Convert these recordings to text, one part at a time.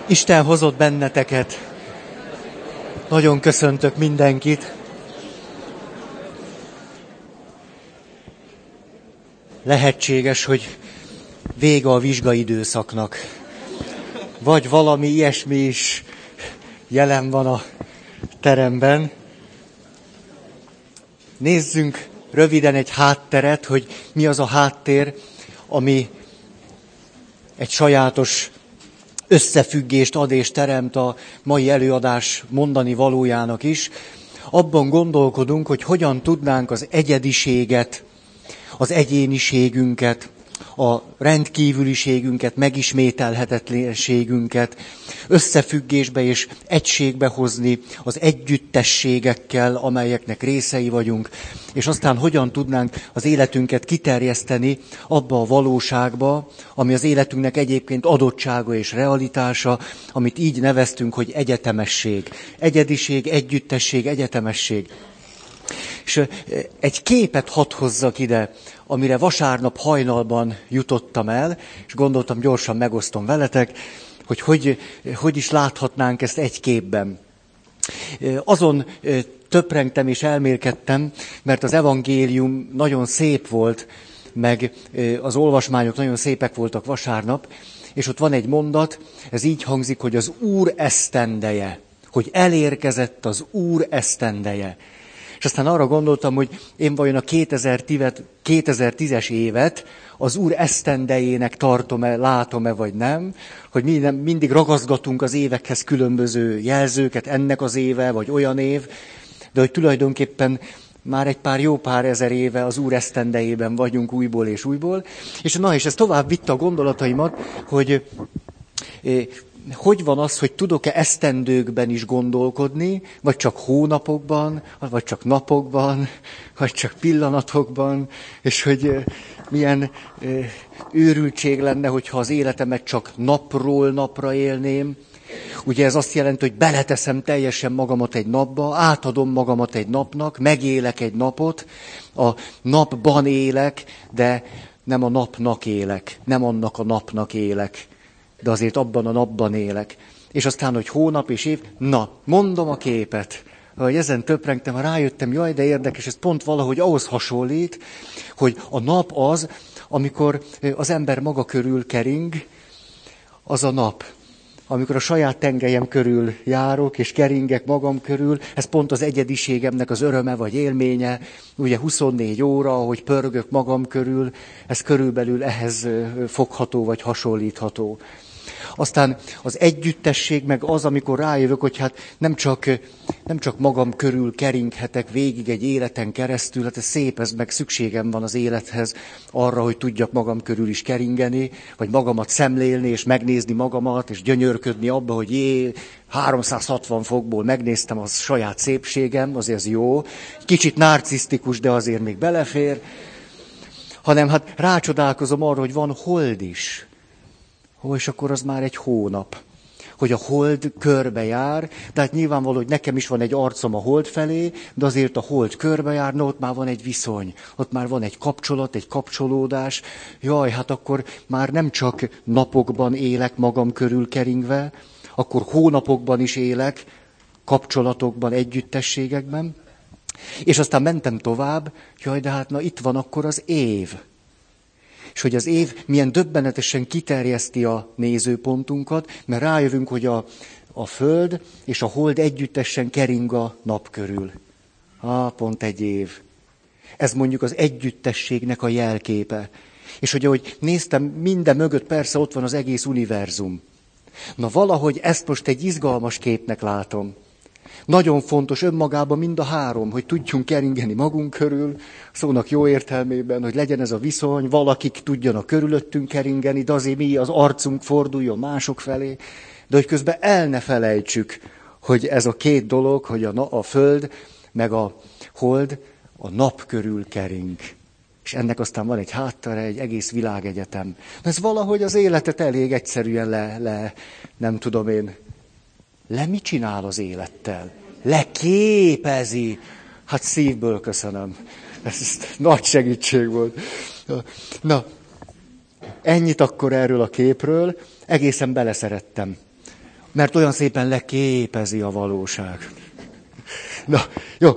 Isten hozott benneteket. Nagyon köszöntök mindenkit. Lehetséges, hogy vége a vizsgaidőszaknak. Vagy valami ilyesmi is jelen van a teremben. Nézzünk röviden egy hátteret, hogy mi az a háttér, ami egy sajátos összefüggést ad és teremt a mai előadás mondani valójának is. Abban gondolkodunk, hogy hogyan tudnánk az egyediséget, az egyéniségünket, a rendkívüliségünket, megismételhetetlenségünket összefüggésbe és egységbe hozni az együttességekkel, amelyeknek részei vagyunk, és aztán hogyan tudnánk az életünket kiterjeszteni abba a valóságba, ami az életünknek egyébként adottsága és realitása, amit így neveztünk, hogy egyetemesség. Egyediség, együttesség, egyetemesség. És egy képet hadd hozzak ide, amire vasárnap hajnalban jutottam el, és gondoltam, gyorsan megosztom veletek, hogy is láthatnánk ezt egy képben. Azon töprengtem és elmélkedtem, mert az evangélium nagyon szép volt, meg az olvasmányok nagyon szépek voltak vasárnap, és ott van egy mondat, ez így hangzik, hogy az Úr esztendeje, hogy elérkezett az Úr esztendeje. És aztán arra gondoltam, hogy én vajon a 2010-es évet az Úr esztendejének tartom-e, látom-e vagy nem, hogy mindig ragaszgatunk az évekhez különböző jelzőket, ennek az éve, vagy olyan év, de hogy tulajdonképpen már egy jó pár ezer éve az Úr esztendejében vagyunk újból és újból. És ez tovább vitte a gondolataimat, hogy van az, hogy tudok-e esztendőkben is gondolkodni, vagy csak hónapokban, vagy csak napokban, vagy csak pillanatokban, és hogy milyen őrültség lenne, hogyha az életemet csak napról napra élném. Ugye ez azt jelenti, hogy beleteszem teljesen magamat egy napba, átadom magamat egy napnak, megélek egy napot, a napban élek, de nem a napnak élek, nem annak a napnak élek, de azért abban a napban élek. És aztán, hogy hónap és év, mondom a képet. Hogy ezen töprengtem, rájöttem, jaj, de érdekes, ez pont valahogy ahhoz hasonlít, hogy a nap az, amikor az ember maga körül kering, az a nap. Amikor a saját tengelyem körül járok, és keringek magam körül, ez pont az egyediségemnek az öröme vagy élménye, ugye 24 óra, ahogy pörgök magam körül, ez körülbelül ehhez fogható vagy hasonlítható. Aztán az együttesség meg az, amikor rájövök, hogy nem csak magam körül keringhetek végig egy életen keresztül, ez szép, ez meg szükségem van az élethez arra, hogy tudjak magam körül is keringeni, vagy magamat szemlélni, és megnézni magamat, és gyönyörködni abba, hogy 360 fokból megnéztem a saját szépségem, azért ez jó. Kicsit narcisztikus, de azért még belefér. Hanem rácsodálkozom arra, hogy van hold is. És akkor az már egy hónap, hogy a hold körbejár, tehát nyilvánvaló, hogy nekem is van egy arcom a hold felé, de azért a hold körbejár, ott már van egy viszony, ott már van egy kapcsolat, egy kapcsolódás. Akkor már nem csak napokban élek magam körül keringve, akkor hónapokban is élek, kapcsolatokban, együttességekben. És aztán mentem tovább, itt van akkor az év. És hogy az év milyen döbbenetesen kiterjeszti a nézőpontunkat, mert rájövünk, hogy a Föld és a Hold együttesen kering a nap körül. Pont egy év. Ez mondjuk az együttességnek a jelképe. És hogy ahogy néztem, minden mögött persze ott van az egész univerzum. Valahogy ezt most egy izgalmas képnek látom. Nagyon fontos önmagában mind a három, hogy tudjunk keringeni magunk körül, szónak jó értelmében, hogy legyen ez a viszony, valakik tudjanak körülöttünk keringeni, de azért mi az arcunk forduljon mások felé, de hogy közben el ne felejtsük, hogy ez a két dolog, hogy a Föld meg a Hold a nap körül kering. És ennek aztán van egy háttere, egy egész világegyetem. Ez valahogy az életet elég egyszerűen nem tudom én, mit csinál az élettel? Leképezi. Szívből köszönöm. Ez nagy segítség volt. Ennyit akkor erről a képről. Egészen beleszerettem. Mert olyan szépen leképezi a valóság. Na, jó.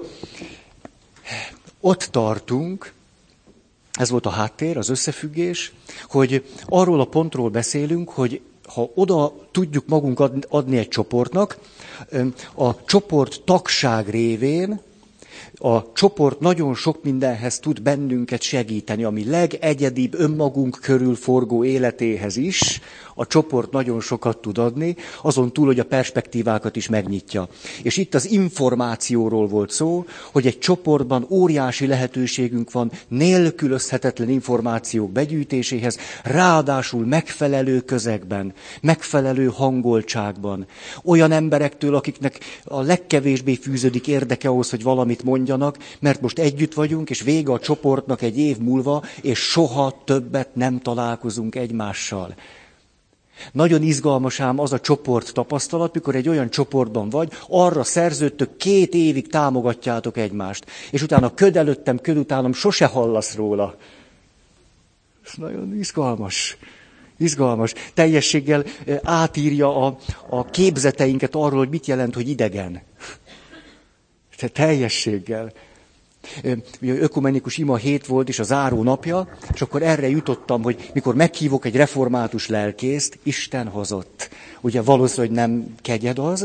Ott tartunk, ez volt a háttér, az összefüggés, hogy arról a pontról beszélünk, hogy ha oda tudjuk magunkat adni egy csoportnak, a csoport tagság révén a csoport nagyon sok mindenhez tud bennünket segíteni, ami legegyedibb önmagunk körül forgó életéhez is, a csoport nagyon sokat tud adni, azon túl, hogy a perspektívákat is megnyitja. És itt az információról volt szó, hogy egy csoportban óriási lehetőségünk van nélkülözhetetlen információk begyűjtéséhez, ráadásul megfelelő közegben, megfelelő hangoltságban. Olyan emberektől, akiknek a legkevésbé fűződik érdeke ahhoz, hogy valamit mondjanak, mert most együtt vagyunk, és vége a csoportnak egy év múlva, és soha többet nem találkozunk egymással. Nagyon izgalmas ám az a csoport tapasztalat, mikor egy olyan csoportban vagy, arra szerződtök, 2 évig támogatjátok egymást, és utána köd előttem, köd utánam, sose hallasz róla. Ez nagyon izgalmas. Izgalmas. Teljességgel átírja a képzeteinket arról, hogy mit jelent, hogy idegen. Teljességgel. Ugye ökumenikus ima hét volt is a záró napja, és akkor erre jutottam, hogy mikor meghívok egy református lelkészt, Isten hozott. Ugye valószínűleg nem kegyed az,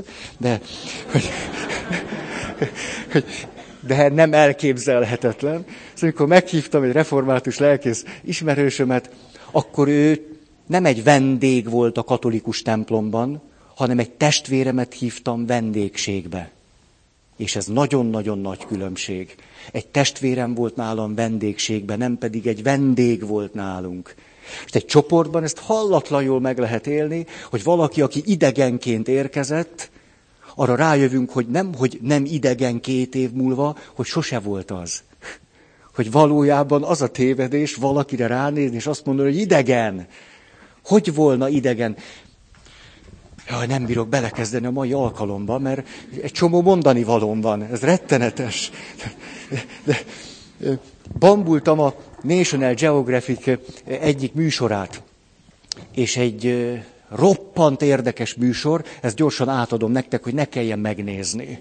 de nem elképzelhetetlen. Szóval amikor meghívtam egy református lelkész ismerősömet, akkor ő nem egy vendég volt a katolikus templomban, hanem egy testvéremet hívtam vendégségbe. És ez nagyon-nagyon nagy különbség. Egy testvérem volt nálam vendégségben, nem pedig egy vendég volt nálunk. És egy csoportban ezt hallatlan jól meg lehet élni, hogy valaki, aki idegenként érkezett, arra rájövünk, hogy nem idegen 2 év múlva, hogy sose volt az. Hogy valójában az a tévedés valakire ránézni, és azt mondani, hogy idegen. Hogy volna idegen? Jaj, nem bírok belekezdeni a mai alkalomba, mert egy csomó mondani valóm van. Ez rettenetes. De bambultam a National Geographic egyik műsorát, és egy roppant érdekes műsor, ezt gyorsan átadom nektek, hogy ne kelljen megnézni.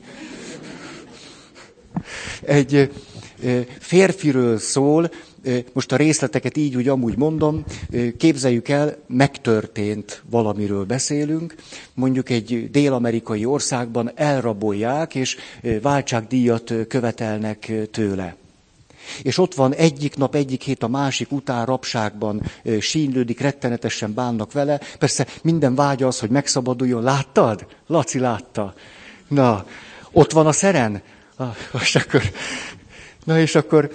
Egy férfiről szól, most a részleteket így úgy amúgy mondom, képzeljük el, megtörtént valamiről beszélünk, mondjuk egy dél-amerikai országban elrabolják, és váltságdíjat követelnek tőle. És ott van egyik nap, egyik hét a másik után rabságban sínlődik, rettenetesen bánnak vele. Persze minden vágya az, hogy megszabaduljon. Láttad? Laci látta. Na, ott van a szeren? És akkor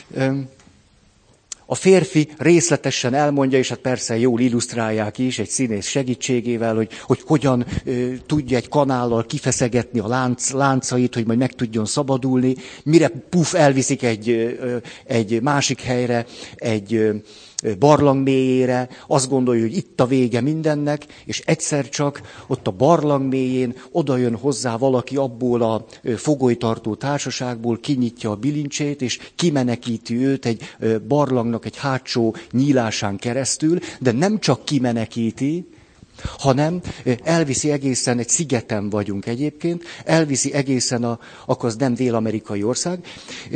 a férfi részletesen elmondja, és hát persze jól illusztrálják is egy színész segítségével, hogy hogyan tudja egy kanállal kifeszegetni a láncait, hogy majd meg tudjon szabadulni, mire elviszik egy másik helyre, egy barlang mélyére, azt gondolja, hogy itt a vége mindennek, és egyszer csak ott a barlang mélyén odajön hozzá valaki abból a fogolytartó társaságból, kinyitja a bilincsét, és kimenekíti őt egy barlangnak egy hátsó nyílásán keresztül, de nem csak kimenekíti, hanem elviszi egészen, egy szigeten vagyunk egyébként, elviszi egészen akkor az nem dél-amerikai ország,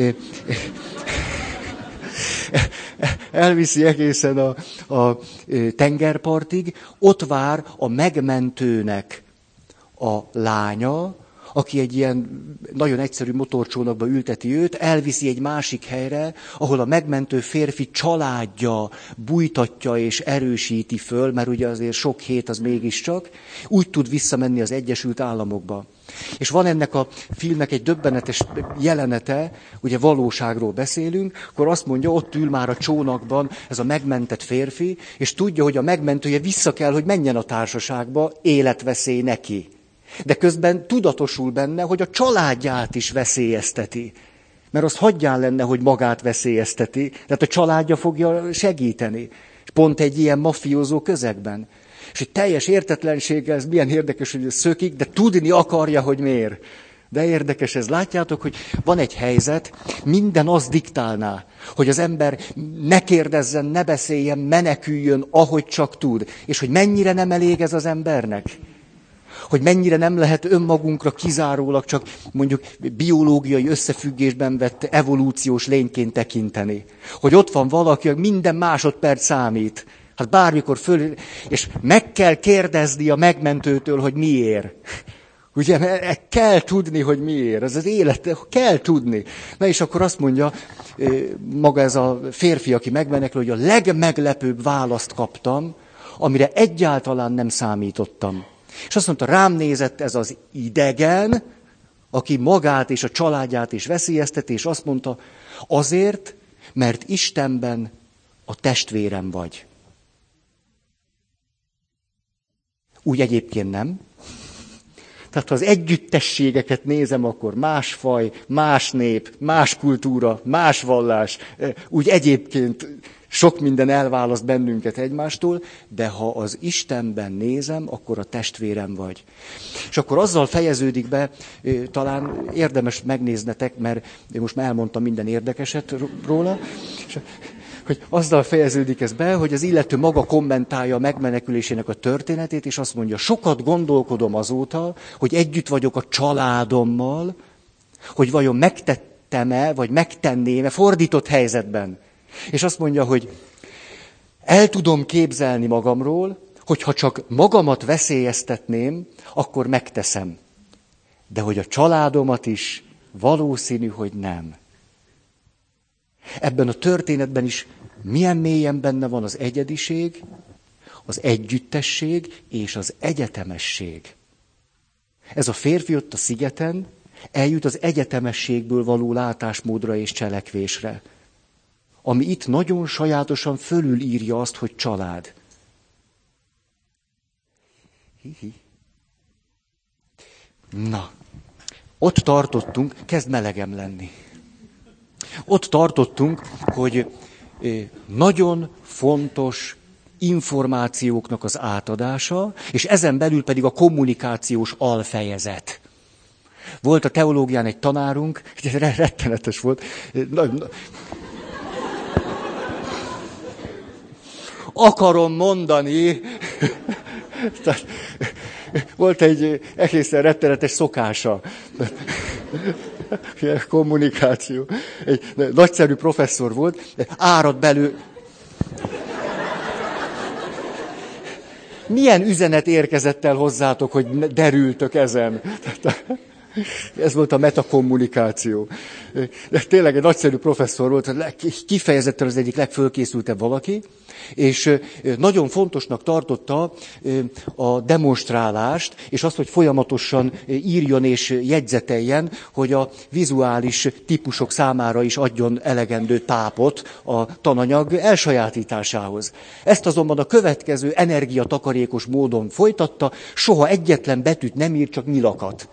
elviszi egészen a tengerpartig, ott vár a megmentőnek a lánya, aki egy ilyen nagyon egyszerű motorcsónakba ülteti őt, elviszi egy másik helyre, ahol a megmentő férfi családja bújtatja és erősíti föl, mert ugye azért sok hét az mégiscsak, úgy tud visszamenni az Egyesült Államokba. És van ennek a filmnek egy döbbenetes jelenete, ugye valóságról beszélünk, akkor azt mondja, ott ül már a csónakban ez a megmentett férfi, és tudja, hogy a megmentője vissza kell, hogy menjen a társaságba, életveszély neki. De közben tudatosul benne, hogy a családját is veszélyezteti. Mert azt hagyján lenne, hogy magát veszélyezteti, tehát a családja fogja segíteni. És pont egy ilyen mafiózó közegben. És egy teljes értetlenséggel, ez milyen érdekes, hogy szökik, de tudni akarja, hogy miért. De érdekes ez. Látjátok, hogy van egy helyzet, minden azt diktálná, hogy az ember ne kérdezzen, ne beszéljen, meneküljön, ahogy csak tud. És hogy mennyire nem elég ez az embernek. Hogy mennyire nem lehet önmagunkra kizárólag csak mondjuk biológiai összefüggésben vett evolúciós lényként tekinteni. Hogy ott van valaki, minden másodperc számít. Hát bármikor föl, és meg kell kérdezni a megmentőtől, hogy miért. Ugye, kell tudni, hogy miért. Ez az élet, kell tudni. Na és akkor azt mondja maga ez a férfi, aki megmenekül, hogy a legmeglepőbb választ kaptam, amire egyáltalán nem számítottam. És azt mondta, rám nézett ez az idegen, aki magát és a családját is veszélyezteti, és azt mondta, azért, mert Istenben a testvérem vagy. Úgy egyébként nem. Tehát ha az együttességeket nézem, akkor más faj, más nép, más kultúra, más vallás. Úgy egyébként sok minden elválaszt bennünket egymástól, de ha az Istenben nézem, akkor a testvérem vagy. És akkor azzal fejeződik be, talán érdemes megnéznetek, mert én most már elmondtam minden érdekeset róla, hogy azzal fejeződik ez be, hogy az illető maga kommentálja a megmenekülésének a történetét, és azt mondja, sokat gondolkodom azóta, hogy együtt vagyok a családommal, hogy vajon megtettem-e, vagy megtenném-e fordított helyzetben. És azt mondja, hogy el tudom képzelni magamról, hogy ha csak magamat veszélyeztetném, akkor megteszem. De hogy a családomat is valószínű, hogy nem. Ebben a történetben is milyen mélyen benne van az egyediség, az együttesség és az egyetemesség. Ez a férfi ott a szigeten eljut az egyetemességből való látásmódra és cselekvésre, ami itt nagyon sajátosan fölülírja azt, hogy család. Na, ott tartottunk, kezd melegem lenni. Ott tartottunk, hogy nagyon fontos információknak az átadása, és ezen belül pedig a kommunikációs alfejezet. Volt a teológián egy tanárunk, rettenetes volt. Akarom mondani, tehát volt egy egészen rettenetes szokása. Kommunikáció. Egy nagyszerű professzor volt, árad belül. Milyen üzenet érkezett el hozzátok, hogy derültök ezen? Ez volt a metakommunikáció. De tényleg egy nagyszerű professzor volt, kifejezetten az egyik legfölkészültebb valaki, és nagyon fontosnak tartotta a demonstrálást, és azt, hogy folyamatosan írjon és jegyzeteljen, hogy a vizuális típusok számára is adjon elegendő tápot a tananyag elsajátításához. Ezt azonban a következő energiatakarékos módon folytatta, soha egyetlen betűt nem írt, csak nyilakat.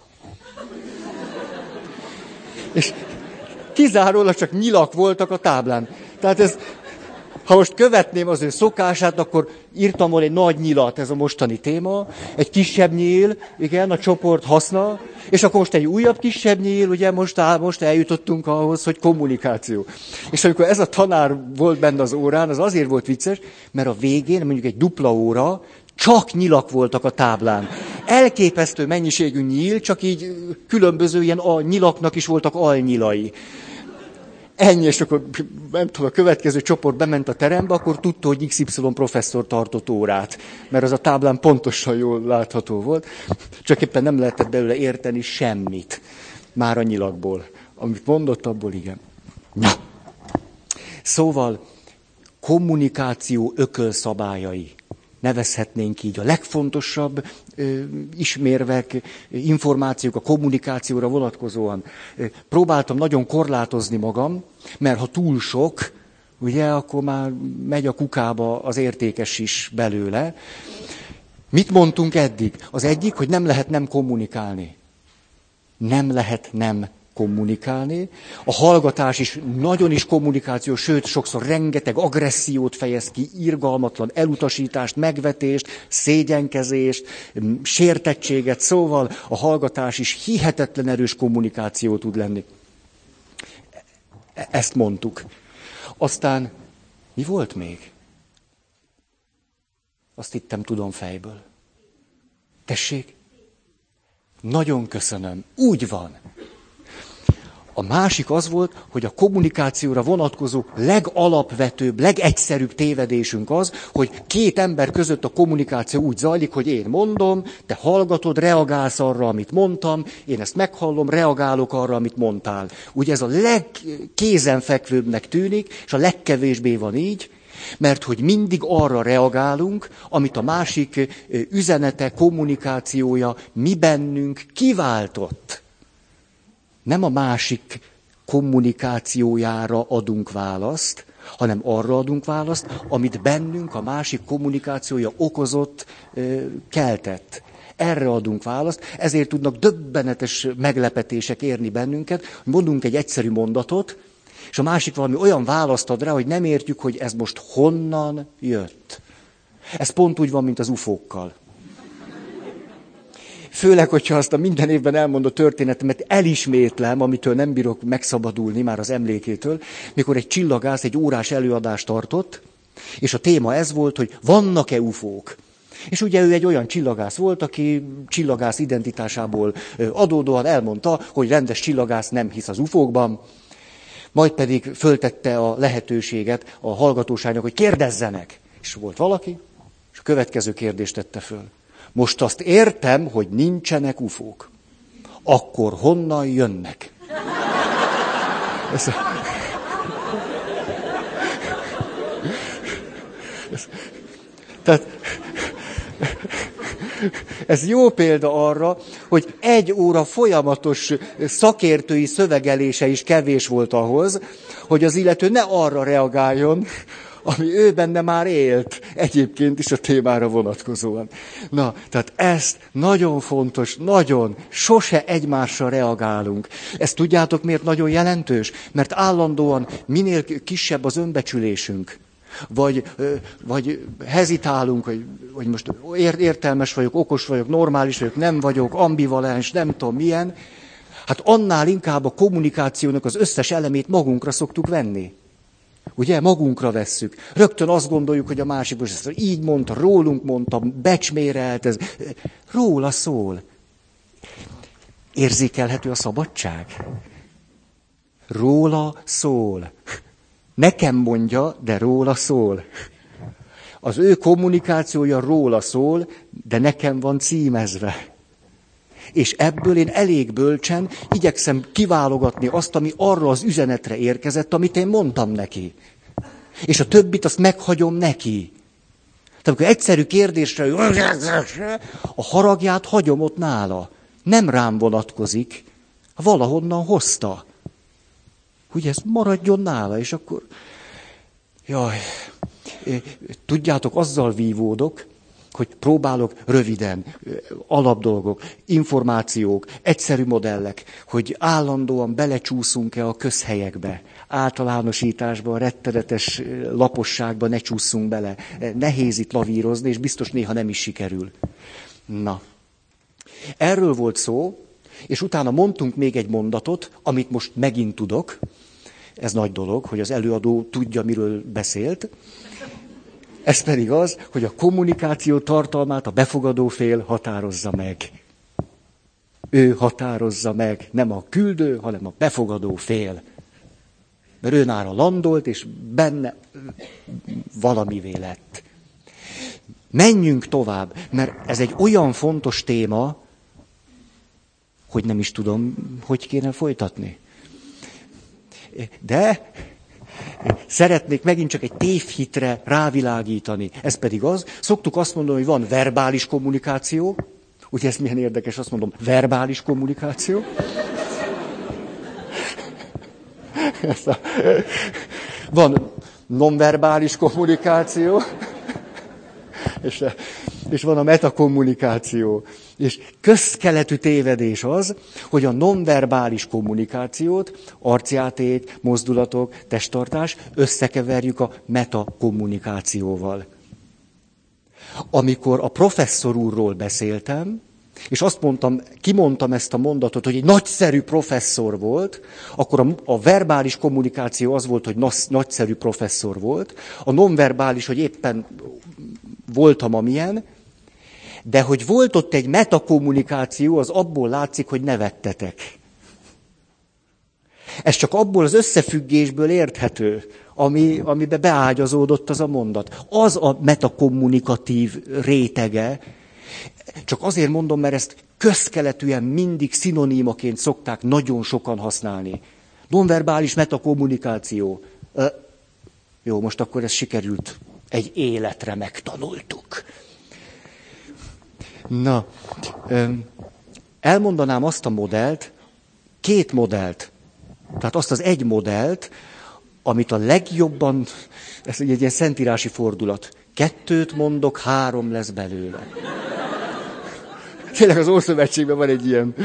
És kizárólag csak nyilak voltak a táblán. Tehát ez, ha most követném az ő szokását, akkor írtam volna egy nagy nyilat, ez a mostani téma, egy kisebb nyíl, igen, a csoport haszna, és akkor most egy újabb kisebb nyíl, ugye most eljutottunk ahhoz, hogy kommunikáció. És amikor ez a tanár volt benne az órán, az azért volt vicces, mert a végén, mondjuk egy dupla óra, csak nyilak voltak a táblán. Elképesztő mennyiségű nyíl, csak így különböző ilyen nyilaknak is voltak alnyilai. Ennyi, és akkor nem tudom, a következő csoport bement a terembe, akkor tudta, hogy XY professzor tartott órát. Mert az a táblán pontosan jól látható volt. Csak éppen nem lehetett belőle érteni semmit. Már a nyilakból. Amit mondott, abból igen. Na. Szóval kommunikáció ökölszabályai. Nevezhetnénk így a legfontosabb ismérvek, információk a kommunikációra vonatkozóan. Próbáltam nagyon korlátozni magam, mert ha túl sok, ugye, akkor már megy a kukába az értékes is belőle. Mit mondtunk eddig? Az egyik, hogy nem lehet nem kommunikálni. Nem lehet nem kommunikálni. A hallgatás is nagyon is kommunikáció, sőt, sokszor rengeteg agressziót fejez ki, irgalmatlan elutasítást, megvetést, szégyenkezést, sértettséget, szóval a hallgatás is hihetetlen erős kommunikáció tud lenni. Ezt mondtuk. Aztán mi volt még? Azt hittem, tudom fejből. Tessék? Nagyon köszönöm. Úgy van. A másik az volt, hogy a kommunikációra vonatkozó legalapvetőbb, legegyszerűbb tévedésünk az, hogy két ember között a kommunikáció úgy zajlik, hogy én mondom, te hallgatod, reagálsz arra, amit mondtam, én ezt meghallom, reagálok arra, amit mondtál. Ugye ez a legkézenfekvőbbnek tűnik, és a legkevésbé van így, mert hogy mindig arra reagálunk, amit a másik üzenete, kommunikációja mi bennünk kiváltott. Nem a másik kommunikációjára adunk választ, hanem arra adunk választ, amit bennünk a másik kommunikációja okozott, keltett. Erre adunk választ, ezért tudnak döbbenetes meglepetések érni bennünket, hogy mondunk egy egyszerű mondatot, és a másik valami olyan választ ad rá, hogy nem értjük, hogy ez most honnan jött. Ez pont úgy van, mint az ufókkal. Főleg, hogyha azt a minden évben elmondott történetemet elismétlem, amitől nem bírok megszabadulni már az emlékétől, mikor egy csillagász egy órás előadást tartott, és a téma ez volt, hogy vannak-e ufók. És ugye ő egy olyan csillagász volt, aki csillagász identitásából adódóan elmondta, hogy rendes csillagász nem hisz az ufókban, majd pedig föltette a lehetőséget a hallgatóságnak, hogy kérdezzenek. És volt valaki, és a következő kérdést tette föl. Most azt értem, hogy nincsenek ufók. Akkor honnan jönnek? Tehát ez jó példa arra, hogy 1 óra folyamatos szakértői szövegelése is kevés volt ahhoz, hogy az illető ne arra reagáljon, ami ő benne már élt, egyébként is a témára vonatkozóan. Na, tehát ezt nagyon fontos, nagyon, sose egymásra reagálunk. Ezt tudjátok, miért nagyon jelentős? Mert állandóan minél kisebb az önbecsülésünk, vagy hezitálunk, hogy most értelmes vagyok, okos vagyok, normális vagyok, nem vagyok, ambivalens, nem tudom milyen, hát annál inkább a kommunikációnak az összes elemét magunkra szoktuk venni. Ugye, magunkra vesszük. Rögtön azt gondoljuk, hogy a másik most ezt így mondta, rólunk mondta, becsmérelt, ez róla szól. Érzékelhető a szabadság? Róla szól. Nekem mondja, de róla szól. Az ő kommunikációja róla szól, de nekem van címezve. És ebből én elég bölcsen igyekszem kiválogatni azt, ami arra az üzenetre érkezett, amit én mondtam neki. És a többit azt meghagyom neki. Tehát amikor egyszerű kérdésre a haragját hagyom ott nála. Nem rám vonatkozik, valahonnan hozta. Ugye ez maradjon nála, és akkor... Jaj, tudjátok, azzal vívódok, hogy próbálok röviden, alapdolgok, információk, egyszerű modellek, hogy állandóan belecsúszunk-e a közhelyekbe, általánosításba, rettenetes laposságba ne csúszunk bele. Nehéz itt lavírozni, és biztos néha nem is sikerül. Na, erről volt szó, és utána mondtunk még egy mondatot, amit most megint tudok. Ez nagy dolog, hogy az előadó tudja, miről beszélt. Ez pedig az, hogy a kommunikáció tartalmát a befogadó fél határozza meg. Ő határozza meg, nem a küldő, hanem a befogadó fél. Mert ő nála landolt, és benne valamivé lett. Menjünk tovább, mert ez egy olyan fontos téma, hogy nem is tudom, hogy kéne folytatni. De szeretnék megint csak egy tévhitre rávilágítani. Ez pedig az, szoktuk azt mondani, hogy van verbális kommunikáció. Ugye ez milyen érdekes, azt mondom, verbális kommunikáció. Van nonverbális kommunikáció, és van a metakommunikáció. És közkeletű tévedés az, hogy a nonverbális kommunikációt, arcjáték, mozdulatok, testtartás összekeverjük a metakommunikációval. Amikor a professzor úrról beszéltem, és azt mondtam, kimondtam ezt a mondatot, hogy egy nagyszerű professzor volt, akkor a verbális kommunikáció az volt, hogy nagyszerű professzor volt, a nonverbális, hogy éppen voltam amilyen, De hogy volt ott egy metakommunikáció, az abból látszik, hogy nevettetek. Ez csak abból az összefüggésből érthető, amiben beágyazódott az a mondat. Az a metakommunikatív rétege. Csak azért mondom, mert ezt közkeletűen mindig szinonímaként szokták nagyon sokan használni. Nonverbális metakommunikáció. Jó, most akkor ez sikerült. Egy életre megtanultuk. Na, elmondanám azt a modellt, 2 modellt, tehát azt az egy modellt, amit a legjobban, ez egy ilyen szentírási fordulat. 2 mondok, 3 lesz belőle. Tényleg az Ószövetségben van egy ilyen.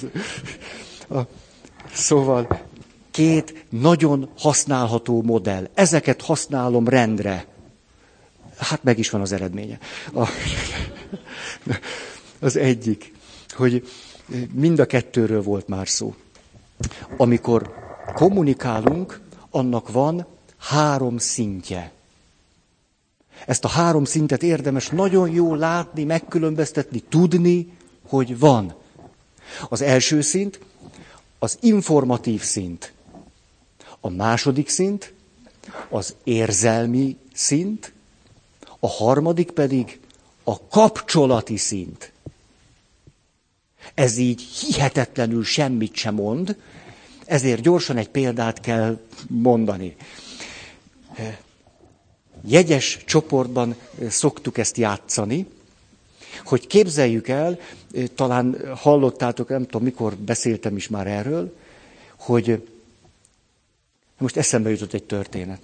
Szóval 2 nagyon használható modell. Ezeket használom rendre. Hát meg is van az eredménye. Az egyik, hogy mind a 2-ről volt már szó. Amikor kommunikálunk, annak van 3 szintje. Ezt a 3 szintet érdemes nagyon jól látni, megkülönböztetni, tudni, hogy van. Az első szint, az informatív szint. A második szint, az érzelmi szint, a harmadik pedig a kapcsolati szint. Ez így hihetetlenül semmit sem mond, ezért gyorsan egy példát kell mondani. Jegyes csoportban szoktuk ezt játszani, hogy képzeljük el, talán hallottátok, nem tudom, mikor beszéltem is már erről, hogy most eszembe jutott egy történet.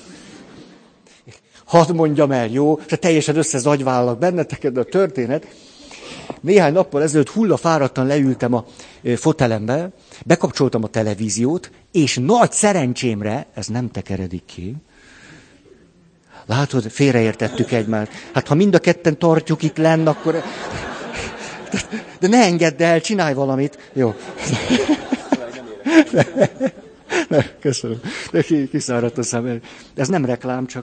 Hadd mondjam el, jó? Teljesen összezagyvállak benneteket, de a történet. Néhány nappal ezelőtt hullafáradtan leültem a fotelembe, bekapcsoltam a televíziót, és nagy szerencsémre, ez nem tekeredik ki. Látod, félreértettük egymást. Hát ha mind a ketten tartjuk itt lenn, akkor... De ne engedd el, csinálj valamit. Jó. Ne, köszönöm. De kiszáradt a szem. Ez nem reklám, csak...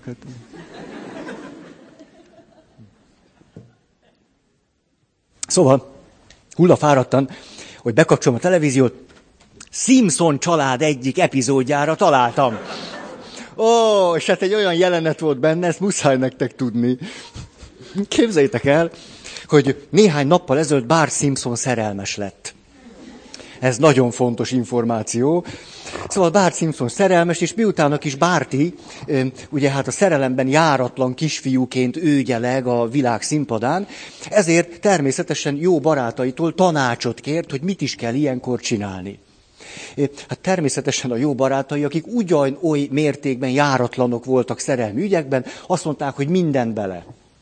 Szóval, hullafáradtan, hogy bekapcsolom a televíziót, Simpson család egyik epizódjára találtam. Ó, és hát egy olyan jelenet volt benne, ezt muszáj nektek tudni. Képzeljétek el, hogy néhány nappal ezelőtt Bart Simpson szerelmes lett. Ez nagyon fontos információ. Szóval Bart Simpson szerelmes, és miután a kis Barty, ugye hát a szerelemben járatlan kisfiúként őgyeleg a világ színpadán, ezért természetesen jó barátaitól tanácsot kért, hogy mit is kell ilyenkor csinálni. Hát természetesen a jó barátai, akik ugyanoly mértékben járatlanok voltak szerelmi ügyekben, azt mondták, hogy mindent bele.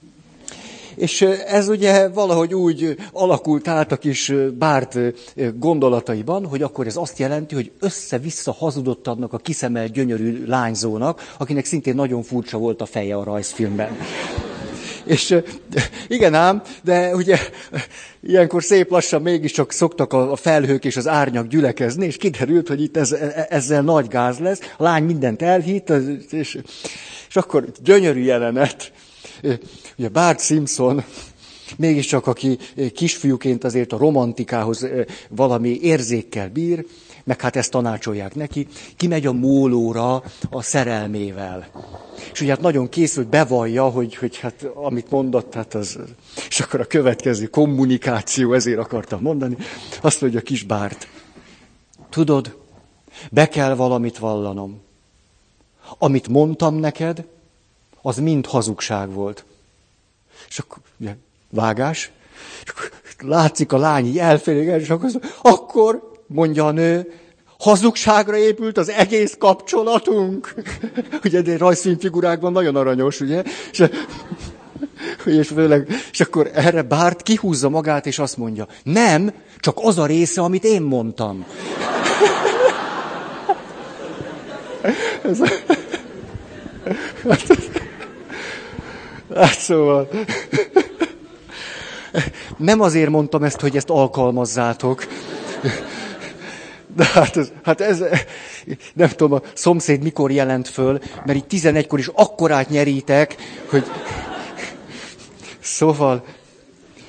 És ez ugye valahogy úgy alakult át a kis Bart gondolataiban, hogy akkor ez azt jelenti, hogy össze-vissza hazudott annak a kiszemelt gyönyörű lányzónak, akinek szintén nagyon furcsa volt a feje a rajzfilmben. És igen ám, de ugye ilyenkor szép lassan mégiscsak szoktak a felhők és az árnyak gyülekezni, és kiderült, hogy itt ezzel nagy gáz lesz. A lány mindent elhitt, és akkor gyönyörű jelenet. Ugye Bart Simpson, mégiscsak aki kisfiúként azért a romantikához valami érzékkel bír, meg hát ezt tanácsolják neki, kimegy a mólóra a szerelmével. És ugye hát nagyon készült, bevallja, hogy hát amit mondott, hát az... És akkor a következő kommunikáció, ezért akartam mondani, azt mondja kis Bart, tudod, be kell valamit vallanom. Amit mondtam neked, az mind hazugság volt. És akkor ugye, vágás, és akkor látszik a lány így elfélig, és akkor mondja a nő, hazugságra épült az egész kapcsolatunk. Ugye, de rajzfilmfigurákban nagyon aranyos, ugye? És akkor erre Bart kihúzza magát, és azt mondja, nem, csak az a része, amit én mondtam. Hát szóval... Nem azért mondtam ezt, hogy ezt alkalmazzátok. De hát ez, nem tudom, a szomszéd mikor jelent föl, mert így 11-kor is akkorát nyerítek, hogy... Szóval,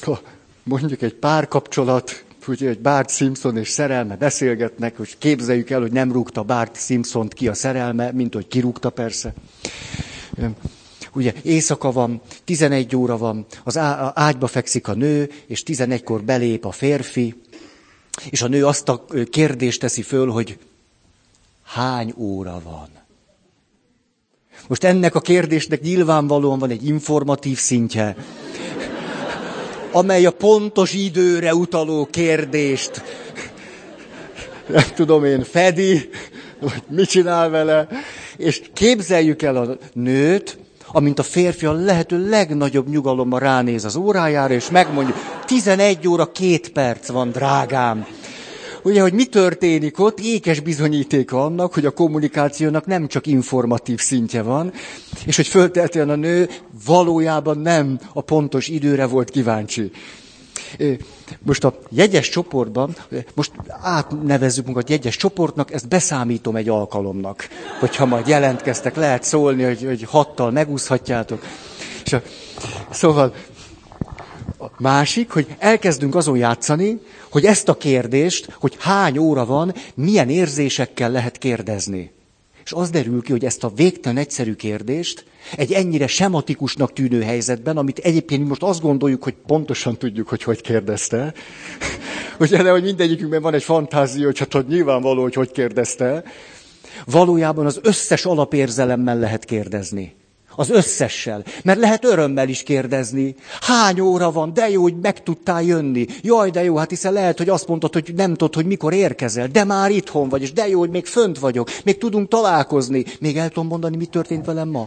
ha mondjuk egy párkapcsolat, ugye egy Bart Simpson és szerelme beszélgetnek, hogy képzeljük el, hogy nem rúgta Bart Simpsont ki a szerelme, mint hogy kirúgta persze. Ugye éjszaka van, 11 óra van, az ágyba fekszik a nő, és 11-kor belép a férfi, és a nő azt a kérdést teszi föl, hogy hány óra van? Most ennek a kérdésnek nyilvánvalóan van egy informatív szintje, amely a pontos időre utaló kérdést, nem tudom én, fedi, vagy mit csinál vele, és képzeljük el a nőt, amint a férfi a lehető legnagyobb nyugalommal ránéz az órájára, és megmondja, 11 óra 2 perc van, drágám. Ugye, hogy mi történik ott, ékes bizonyítéka annak, hogy a kommunikációnak nem csak informatív szintje van, és hogy föltehetően a nő valójában nem a pontos időre volt kíváncsi. Most a jegyes csoportban, most átnevezzük magunkat jegyes csoportnak, ezt beszámítom egy alkalomnak. Hogyha majd jelentkeztek, lehet szólni, hogy 6-tal megúszhatjátok. Szóval a másik, hogy elkezdünk azon játszani, hogy ezt a kérdést, hogy hány óra van, milyen érzésekkel lehet kérdezni. És az derül ki, hogy ezt a végtelen egyszerű kérdést egy ennyire sematikusnak tűnő helyzetben, amit egyébként most azt gondoljuk, hogy pontosan tudjuk, hogy kérdezte. Ugye, de hogy mindegyikünkben van egy fantázia, hogy hát nyilvánvaló, hogy kérdezte. Valójában az összes alapérzelemmel lehet kérdezni. Az összessel. Mert lehet örömmel is kérdezni. Hány óra van? De jó, hogy meg tudtál jönni. Jaj, de jó, hát hiszen lehet, hogy azt mondtad, hogy nem tudod, hogy mikor érkezel. De már itthon vagy, és de jó, hogy még fönt vagyok. Még tudunk találkozni. Még el tudom mondani, mi történt velem ma.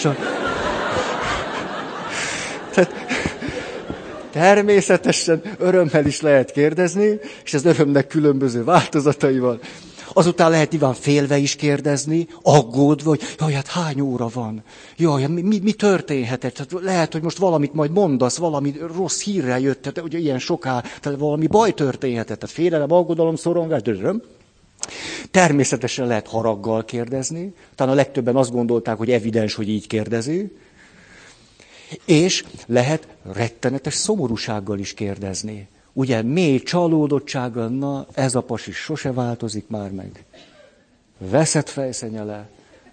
Tehát, természetesen örömmel is lehet kérdezni, és ez örömnek különböző változatai van. Azután lehet nyilván félve is kérdezni, aggódva, hogy jaj, hát hány óra van? Jaj, mi történhetett? Hát lehet, hogy most valamit majd mondasz, valami rossz hírrel jött, tehát ugye ilyen soká, tehát valami baj történhetett, tehát félelem, aggodalom, szorongás, döröm. Természetesen lehet haraggal kérdezni, talán a legtöbben azt gondolták, hogy evidens, hogy így kérdezi, és lehet rettenetes szomorúsággal is kérdezni. Ugye mély csalódottsággal, na ez a pasi sose változik már meg. Veszett fejszenyele.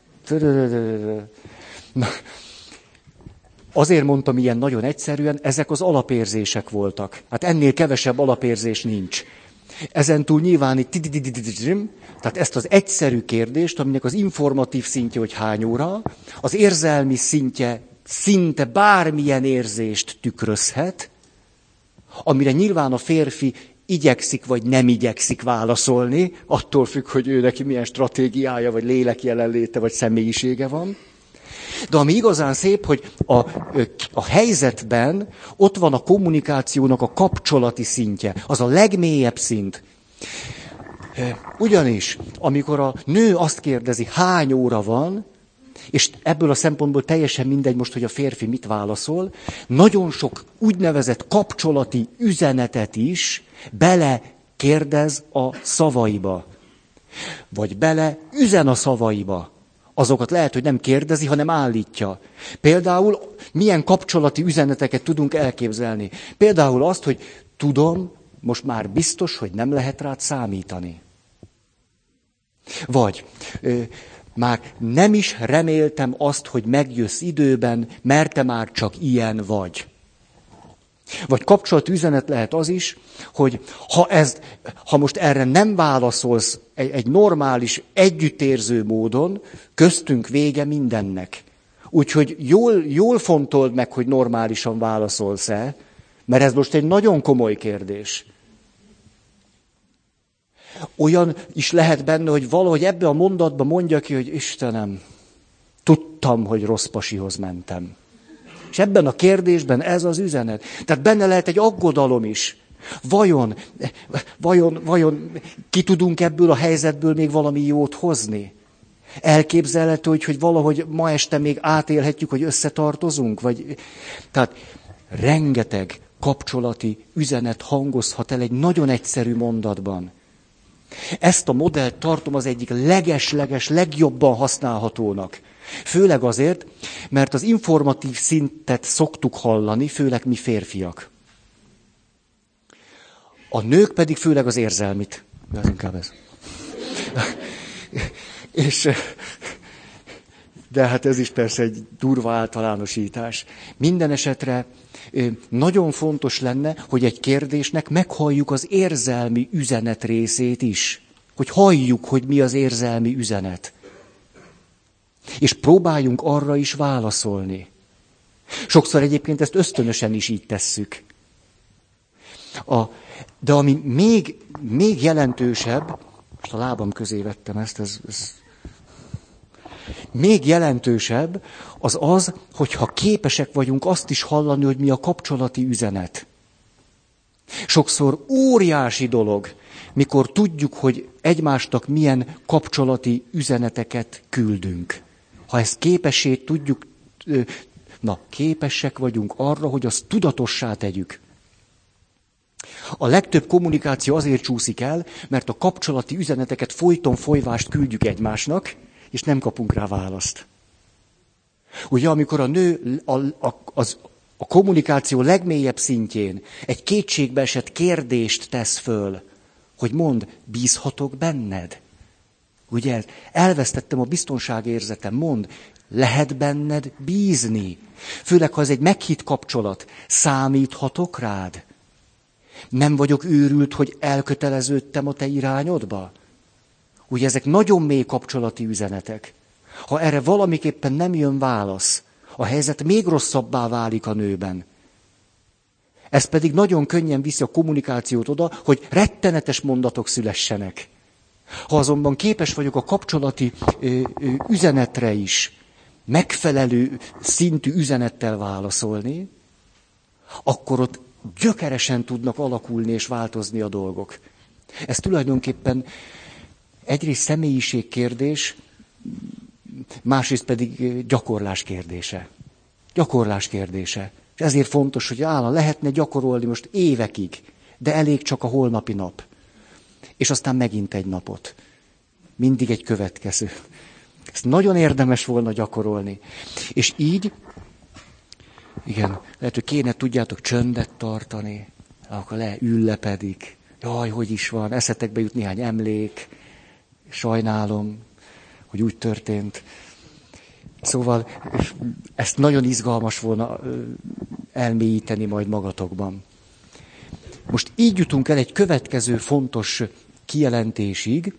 Na, azért mondtam ilyen nagyon egyszerűen, ezek az alapérzések voltak. Hát ennél kevesebb alapérzés nincs. Ezentúl nyilván tehát ezt az egyszerű kérdést, aminek az informatív szintje, hogy hány óra, az érzelmi szintje szinte bármilyen érzést tükrözhet, amire nyilván a férfi igyekszik, vagy nem igyekszik válaszolni, attól függ, hogy ő neki milyen stratégiája, vagy lélek jelenléte, vagy személyisége van. De ami igazán szép, hogy a helyzetben ott van a kommunikációnak a kapcsolati szintje, az a legmélyebb szint. Ugyanis, amikor a nő azt kérdezi, hány óra van, és ebből a szempontból teljesen mindegy most, hogy a férfi mit válaszol, nagyon sok úgynevezett kapcsolati üzenetet is bele kérdez a szavaiba. Vagy bele üzen a szavaiba. Azokat lehet, hogy nem kérdezi, hanem állítja. Például milyen kapcsolati üzeneteket tudunk elképzelni. Például azt, hogy tudom, most már biztos, hogy nem lehet rád számítani. Vagy már nem is reméltem azt, hogy megjössz időben, mert te már csak ilyen vagy. Vagy kapcsolati üzenet lehet az is, hogy ha most erre nem válaszolsz egy normális, együttérző módon, köztünk vége mindennek. Úgyhogy jól fontold meg, hogy normálisan válaszolsz-e, mert ez most egy nagyon komoly kérdés. Olyan is lehet benne, hogy valahogy ebbe a mondatba mondja ki, hogy Istenem, tudtam, hogy rossz pasihoz mentem. És ebben a kérdésben ez az üzenet. Tehát benne lehet egy aggodalom is. Vajon ki tudunk ebből a helyzetből még valami jót hozni? Elképzelhető, hogy valahogy ma este még átélhetjük, hogy összetartozunk? Tehát rengeteg kapcsolati üzenet hangozhat el egy nagyon egyszerű mondatban. Ezt a modellt tartom az egyik legjobban használhatónak. Főleg azért, mert az informatív szintet szoktuk hallani, főleg mi férfiak. A nők pedig főleg az érzelmit. De az inkább ez. De hát ez is persze egy durva általánosítás. Minden esetre nagyon fontos lenne, hogy egy kérdésnek meghalljuk az érzelmi üzenet részét is. Hogy halljuk, hogy mi az érzelmi üzenet. És próbáljunk arra is válaszolni. Sokszor egyébként ezt ösztönösen is így tesszük. De ami még jelentősebb, most a lábam közé vettem ezt, ez még jelentősebb, az, hogyha képesek vagyunk azt is hallani, hogy mi a kapcsolati üzenet. Sokszor óriási dolog, mikor tudjuk, hogy egymásnak milyen kapcsolati üzeneteket küldünk. Ha ezt képesek vagyunk arra, hogy azt tudatossá tegyük. A legtöbb kommunikáció azért csúszik el, mert a kapcsolati üzeneteket folyton folyvást küldjük egymásnak, és nem kapunk rá választ. Ugye, amikor a nő a kommunikáció legmélyebb szintjén egy kétségbeesett kérdést tesz föl, hogy mondd, bízhatok benned? Ugye, elvesztettem a biztonságérzetem, mondd, lehet benned bízni? Főleg, ha ez egy meghitt kapcsolat, számíthatok rád? Nem vagyok őrült, hogy elköteleződtem a te irányodba? Ugye ezek nagyon mély kapcsolati üzenetek. Ha erre valamiképpen nem jön válasz, a helyzet még rosszabbá válik a nőben. Ez pedig nagyon könnyen viszi a kommunikációt oda, hogy rettenetes mondatok szülessenek. Ha azonban képes vagyok a kapcsolati üzenetre is megfelelő szintű üzenettel válaszolni, akkor ott gyökeresen tudnak alakulni és változni a dolgok. Ez tulajdonképpen egyrészt személyiségkérdés, másrészt pedig gyakorlás kérdése. Gyakorlás kérdése. És ezért fontos, hogy lehetne gyakorolni most évekig, de elég csak a holnapi nap. És aztán megint egy napot. Mindig egy következő. Ezt nagyon érdemes volna gyakorolni. És így, igen, lehet, hogy kéne, tudjátok, csöndet tartani, akkor üllepedik. Jaj, hogy is van, eszetekbe jut néhány emlék, sajnálom, hogy úgy történt. Szóval ezt nagyon izgalmas volna elmélyíteni majd magatokban. Most így jutunk el egy következő fontos kijelentésig.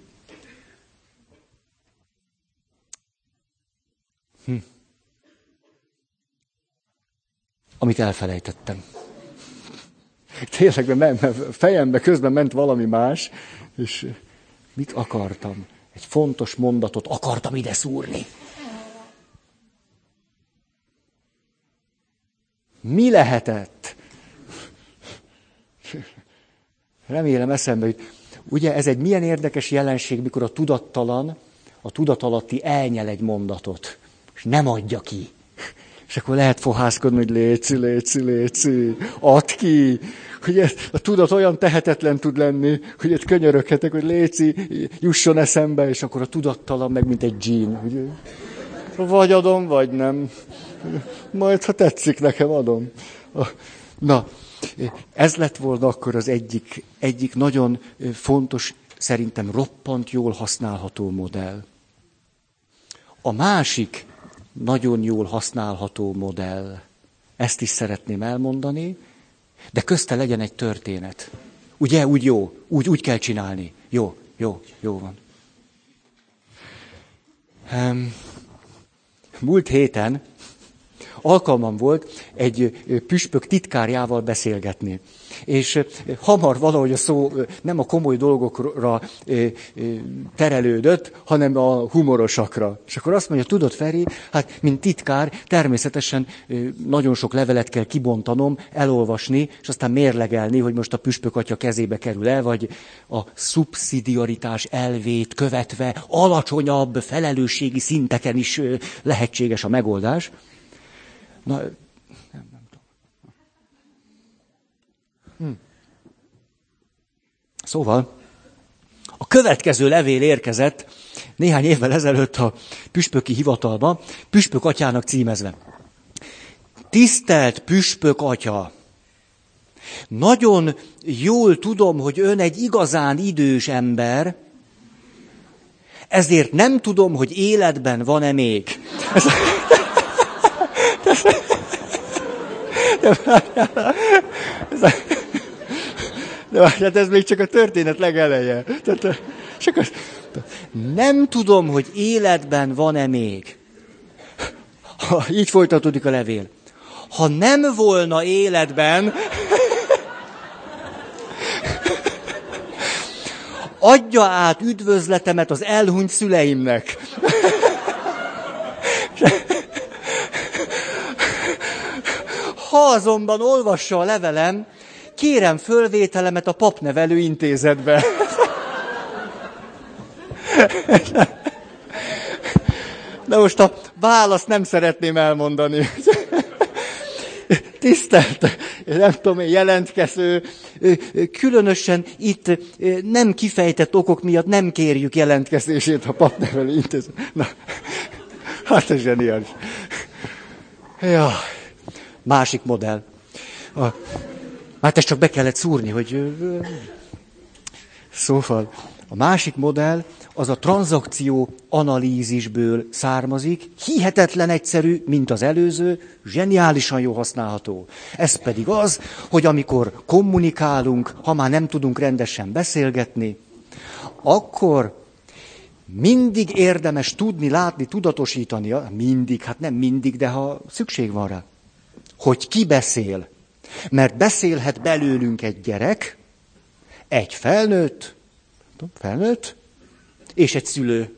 Amit elfelejtettem. Tényleg, fejembe közben ment valami más, és mit akartam? Egy fontos mondatot akartam ide szúrni. Mi lehetett? Remélem eszembe jut. Ugye ez egy milyen érdekes jelenség, mikor a tudattalan, a tudatalatti elnyel egy mondatot, és nem adja ki. És akkor lehet fohászkodni, hogy léci, add ki. Hogy a tudat olyan tehetetlen tud lenni, hogy itt könyöröghetek, hogy léci, jusson eszembe, és akkor a tudattalan meg, mint egy dzsín. Ugye? Vagy adom, vagy nem. Majd, ha tetszik nekem, adom. Na, ez lett volna akkor az egyik nagyon fontos, szerintem roppant jól használható modell. A másik nagyon jól használható modell, ezt is szeretném elmondani, de közte legyen egy történet. Ugye, úgy jó, úgy kell csinálni. Jó van. Múlt héten alkalmam volt egy püspök titkárjával beszélgetni. És hamar valahogy a szó nem a komoly dolgokra terelődött, hanem a humorosakra. És akkor azt mondja, tudod, Feri, hát mint titkár természetesen nagyon sok levelet kell kibontanom, elolvasni, és aztán mérlegelni, hogy most a püspök atya kezébe kerül-e, vagy a szubszidiaritás elvét követve alacsonyabb felelősségi szinteken is lehetséges a megoldás. Na, nem tudom. Szóval, a következő levél érkezett néhány évvel ezelőtt a püspöki hivatalba, püspök atyának címezve. Tisztelt püspök atya! Nagyon jól tudom, hogy ön egy igazán idős ember, ezért nem tudom, hogy életben van-e még. De ez még csak a történet legeleje. Nem tudom, hogy életben van-e még. Így folytatódik a levél. Ha nem volna életben, adja át üdvözletemet az elhunyt szüleimnek. Ha azonban olvassa a levelem, kérem fölvételemet a papnevelő intézetbe. De most a választ nem szeretném elmondani. Tisztelt, nem tudom én, jelentkező, különösen itt nem kifejtett okok miatt nem kérjük jelentkezését a papnevelő intézet. Na, hát ez zseniális. Ja, másik modell. Hát ezt csak be kellett szúrni, hogy... Szóval, a másik modell az a tranzakció analízisből származik, hihetetlen egyszerű, mint az előző, zseniálisan jól használható. Ez pedig az, hogy amikor kommunikálunk, ha már nem tudunk rendesen beszélgetni, akkor mindig érdemes tudni, látni, tudatosítani, mindig, hát nem mindig, de ha szükség van rá, hogy ki beszél. Mert beszélhet belőlünk egy gyerek, egy felnőtt, és egy szülő.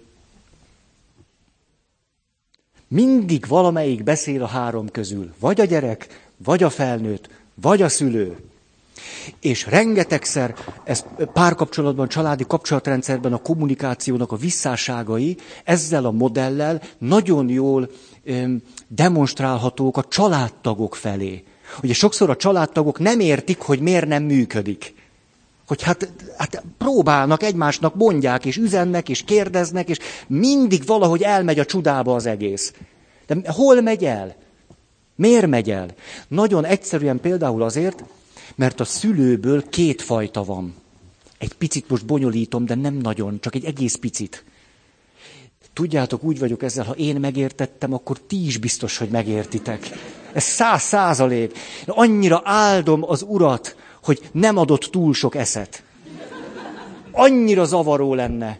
Mindig valamelyik beszél a három közül. Vagy a gyerek, vagy a felnőtt, vagy a szülő. És rengetegszer, ez párkapcsolatban, családi kapcsolatrendszerben a kommunikációnak a visszásságai ezzel a modellel nagyon jól demonstrálhatók a családtagok felé. Ugye sokszor a családtagok nem értik, hogy miért nem működik. Hogy hát próbálnak egymásnak, mondják, és üzennek, és kérdeznek, és mindig valahogy elmegy a csudába az egész. De hol megy el? Miért megy el? Nagyon egyszerűen például azért, mert a szülőből két fajta van. Egy picit most bonyolítom, de nem nagyon, csak egy egész picit. Tudjátok, úgy vagyok ezzel, ha én megértettem, akkor ti is biztos, hogy megértitek. Ez 100%. Annyira áldom az Urat, hogy nem adott túl sok eszet. Annyira zavaró lenne.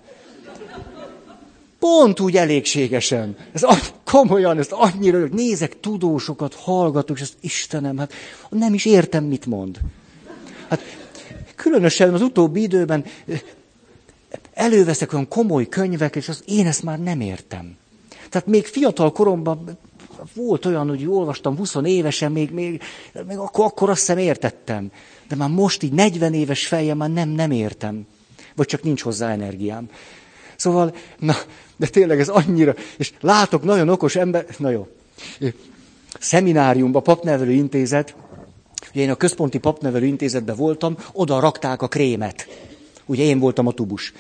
Pont úgy elégségesen. Ez komolyan, ezt annyira nézek tudósokat, hallgatok, és ezt Istenem, hát nem is értem, mit mond. Hát különösen az utóbbi időben előveszek olyan komoly könyvek, és én ezt már nem értem. Tehát még fiatal koromban volt olyan, hogy olvastam 20 évesen, még akkor azt hiszem értettem. De már most így 40 éves fejjel már nem értem. Vagy csak nincs hozzá energiám. Szóval, de tényleg ez annyira, és látok nagyon okos ember, na jó. Szemináriumban, papnevelő intézet, ugye én a központi papnevelő intézetben voltam, oda rakták a krémet. Ugye én voltam a tubus.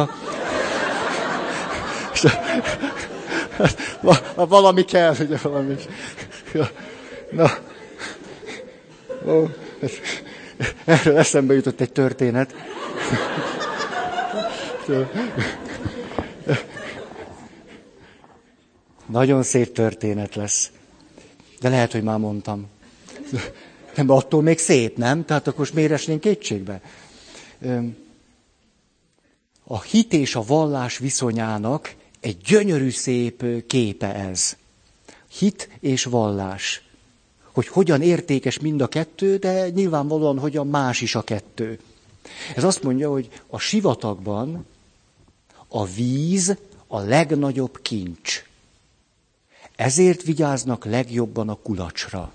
Valami kell, ugye valami. Na. Erről eszembe jutott egy történet. Nagyon szép történet lesz. De lehet, hogy már mondtam. Nem, attól még szép, nem? Tehát akkor miért esnénk kétségbe? A hit és a vallás viszonyának egy gyönyörű szép képe ez. Hit és vallás. Hogy hogyan értékes mind a kettő, de nyilvánvalóan hogyan más is a kettő. Ez azt mondja, hogy a sivatagban a víz a legnagyobb kincs. Ezért vigyáznak legjobban a kulacsra.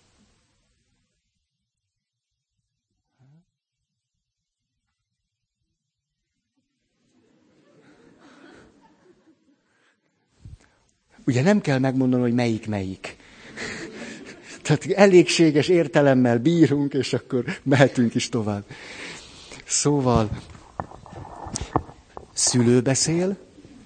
Ugye nem kell megmondani, hogy melyik. Tehát elégséges értelemmel bírunk, és akkor mehetünk is tovább. Szóval, szülő beszél,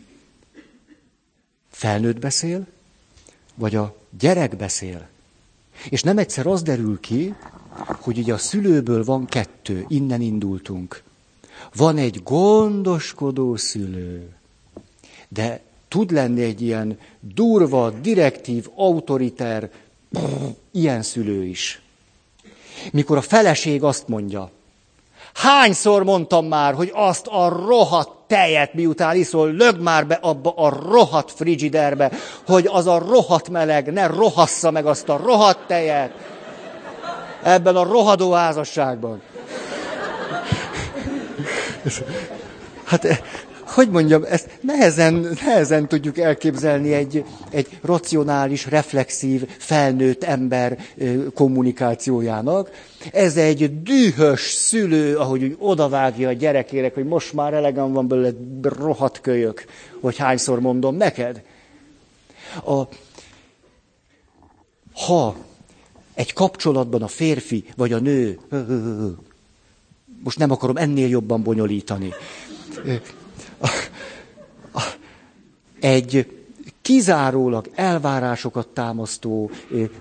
felnőtt beszél, vagy a gyerek beszél. És nem egyszer az derül ki, hogy ugye a szülőből van kettő, innen indultunk. Van egy gondoskodó szülő, de tud lenni egy ilyen durva, direktív, autoriter, ilyen szülő is. Mikor a feleség azt mondja, hányszor mondtam már, hogy azt a rohadt tejet, miután iszol, lögd már be abba a rohadt frigiderbe, hogy az a rohadt meleg ne rohassza meg azt a rohadt tejet ebben a rohadó házasságban. Hát, hogy mondjam, ezt nehezen tudjuk elképzelni egy racionális, reflexív, felnőtt ember kommunikációjának. Ez egy dühös szülő, ahogy úgy odavágja a gyerekének, hogy most már elegem van belőle, rohadt kölyök, hogy hányszor mondom neked. Ha egy kapcsolatban a férfi vagy a nő, most nem akarom ennél jobban bonyolítani, egy kizárólag elvárásokat támasztó,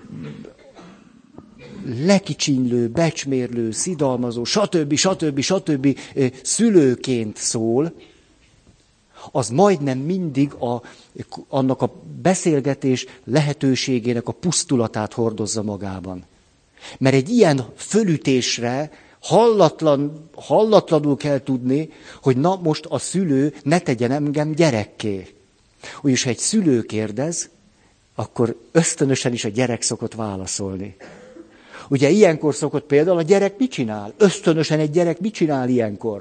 lekicsinylő, becsmérlő, szidalmazó, stb. Szülőként szól, az majdnem mindig annak a beszélgetés lehetőségének a pusztulatát hordozza magában. Mert egy ilyen fölütésre hallatlanul kell tudni, hogy na most a szülő ne tegyen engem gyerekké. Úgyis ha egy szülő kérdez, akkor ösztönösen is a gyerek szokott válaszolni. Ugye ilyenkor szokott például a gyerek mit csinál? Ösztönösen egy gyerek mit csinál ilyenkor?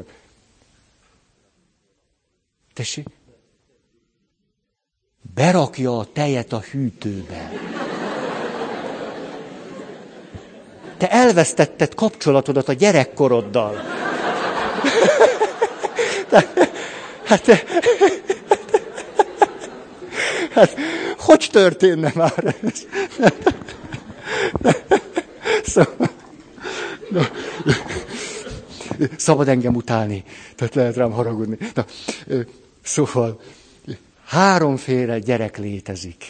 Tessék? Berakja a tejet a hűtőbe. Te elvesztetted kapcsolatodat a gyerekkoroddal. Hát, hogy történne már ez? Szabad engem utálni, tehát lehet rám haragudni. Szóval, háromféle gyerek létezik.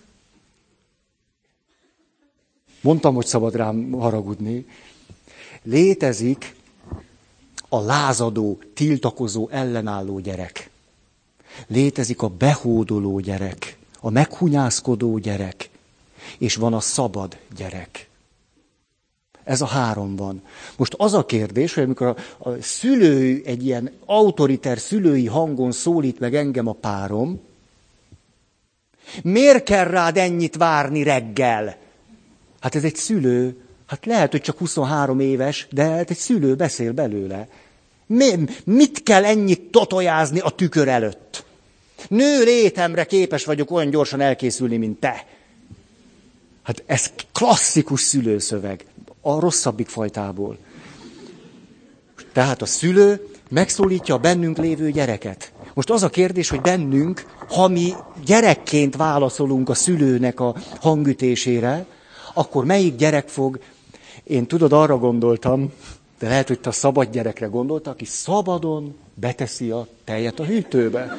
Mondtam, hogy szabad rám haragudni. Létezik a lázadó, tiltakozó, ellenálló gyerek. Létezik a behódoló gyerek, a meghunyászkodó gyerek, és van a szabad gyerek. Ez a három van. Most az a kérdés, hogy amikor a szülő egy ilyen autoriter szülői hangon szólít meg engem a párom, miért kell rád ennyit várni reggel? Hát ez egy szülő, hát lehet, hogy csak 23 éves, de hát egy szülő beszél belőle. Mit kell ennyit totojázni a tükör előtt? Nő létemre képes vagyok olyan gyorsan elkészülni, mint te. Hát ez klasszikus szülőszöveg, a rosszabbik fajtából. Tehát a szülő megszólítja a bennünk lévő gyereket. Most az a kérdés, hogy bennünk, ha mi gyerekként válaszolunk a szülőnek a hangütésére, akkor melyik gyerek fog, én tudod, arra gondoltam, de lehet, hogy te a szabad gyerekre gondoltál, aki szabadon beteszi a tejet a hűtőbe.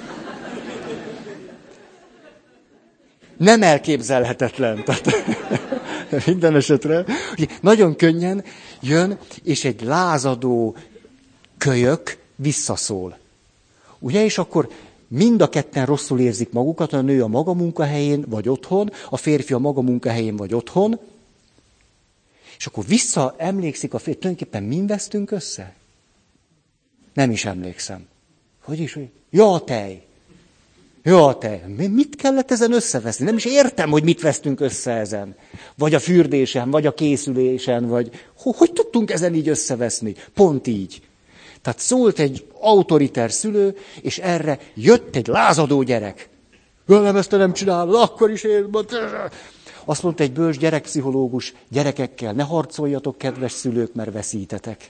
Nem elképzelhetetlen. Tehát, minden esetre, hogy nagyon könnyen jön, és egy lázadó kölyök visszaszól. Ugye, és akkor mind a ketten rosszul érzik magukat, a nő a maga munkahelyén vagy otthon, a férfi a maga munkahelyén vagy otthon, és akkor visszaemlékszik a férfi, tulajdonképpen mind vesztünk össze? Nem is emlékszem. Hogy is, hogy ja, a tej. Ja, a tej. Mit kellett ezen összeveszni? Nem is értem, hogy mit vesztünk össze ezen. Vagy a fürdésen, vagy a készülésen, vagy hogy tudtunk ezen így összeveszni? Pont így. Tehát szólt egy autoriter szülő, és erre jött egy lázadó gyerek. Nem, ezt te nem csinálod, akkor is én... Azt mondta egy bölcs gyerekpszichológus, gyerekekkel ne harcoljatok, kedves szülők, mert veszítetek.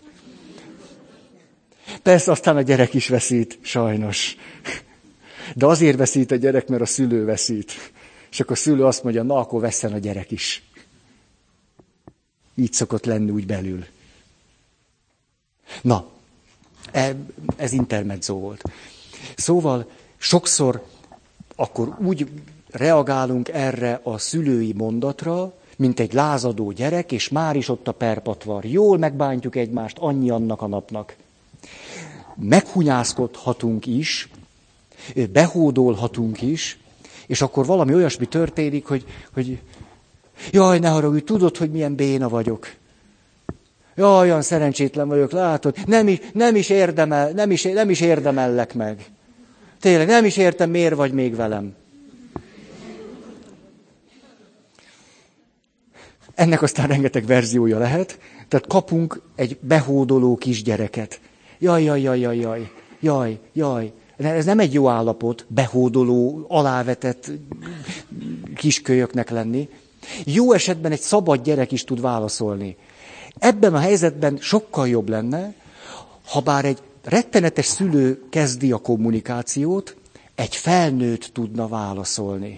Persze aztán a gyerek is veszít, sajnos. De azért veszít a gyerek, mert a szülő veszít. És akkor a szülő azt mondja, na, akkor vesszen a gyerek is. Így szokott lenni úgy belül. Na, ez intermezzo volt. Szóval sokszor akkor úgy reagálunk erre a szülői mondatra, mint egy lázadó gyerek, és már is ott a perpatvar. Jól megbántjuk egymást, annyi annak a napnak. Meghunyászkodhatunk is, behódolhatunk is, és akkor valami olyasmi történik, hogy jaj, ne haragudj, tudod, hogy milyen béna vagyok. Jaj, olyan szerencsétlen vagyok, látod, nem is érdemellek meg. Tényleg, nem is értem, miért vagy még velem. Ennek aztán rengeteg verziója lehet, tehát kapunk egy behódoló kisgyereket. Jaj. Ez nem egy jó állapot, behódoló, alávetett kiskölyöknek lenni. Jó esetben egy szabad gyerek is tud válaszolni. Ebben a helyzetben sokkal jobb lenne, ha bár egy rettenetes szülő kezdi a kommunikációt, egy felnőtt tudna válaszolni.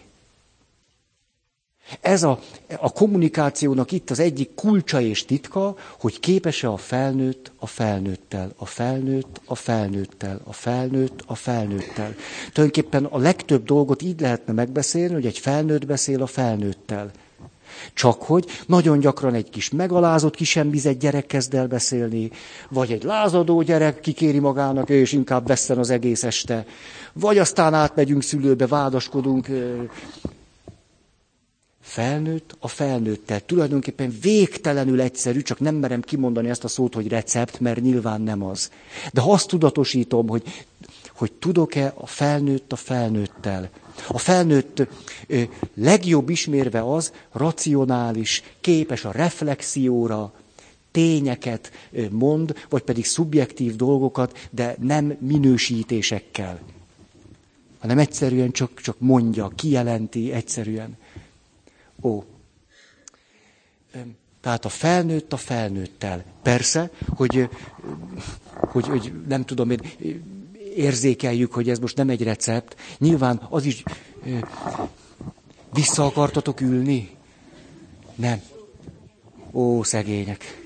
Ez a kommunikációnak itt az egyik kulcsa és titka, hogy képes-e a felnőtt a felnőttel, a felnőtt a felnőttel, a felnőtt a felnőttel. Tulajdonképpen a legtöbb dolgot így lehetne megbeszélni, hogy egy felnőtt beszél a felnőttel. Csak hogy nagyon gyakran egy kis megalázott, kisembizett gyerek kezd el beszélni, vagy egy lázadó gyerek kikéri magának, és inkább vesszen az egész este, vagy aztán átmegyünk szülőbe, vádaskodunk. Felnőtt a felnőttel. Tulajdonképpen végtelenül egyszerű, csak nem merem kimondani ezt a szót, hogy recept, mert nyilván nem az. De ha azt tudatosítom, hogy tudok-e a felnőttel. A felnőtt legjobb ismérve az, racionális, képes a reflexióra, tényeket mond, vagy pedig szubjektív dolgokat, de nem minősítésekkel. Hanem egyszerűen csak mondja, kijelenti egyszerűen. Tehát a felnőttel. Persze, hogy nem tudom én, érzékeljük, hogy ez most nem egy recept. Nyilván az is... Vissza akartatok ülni? Nem. Szegények.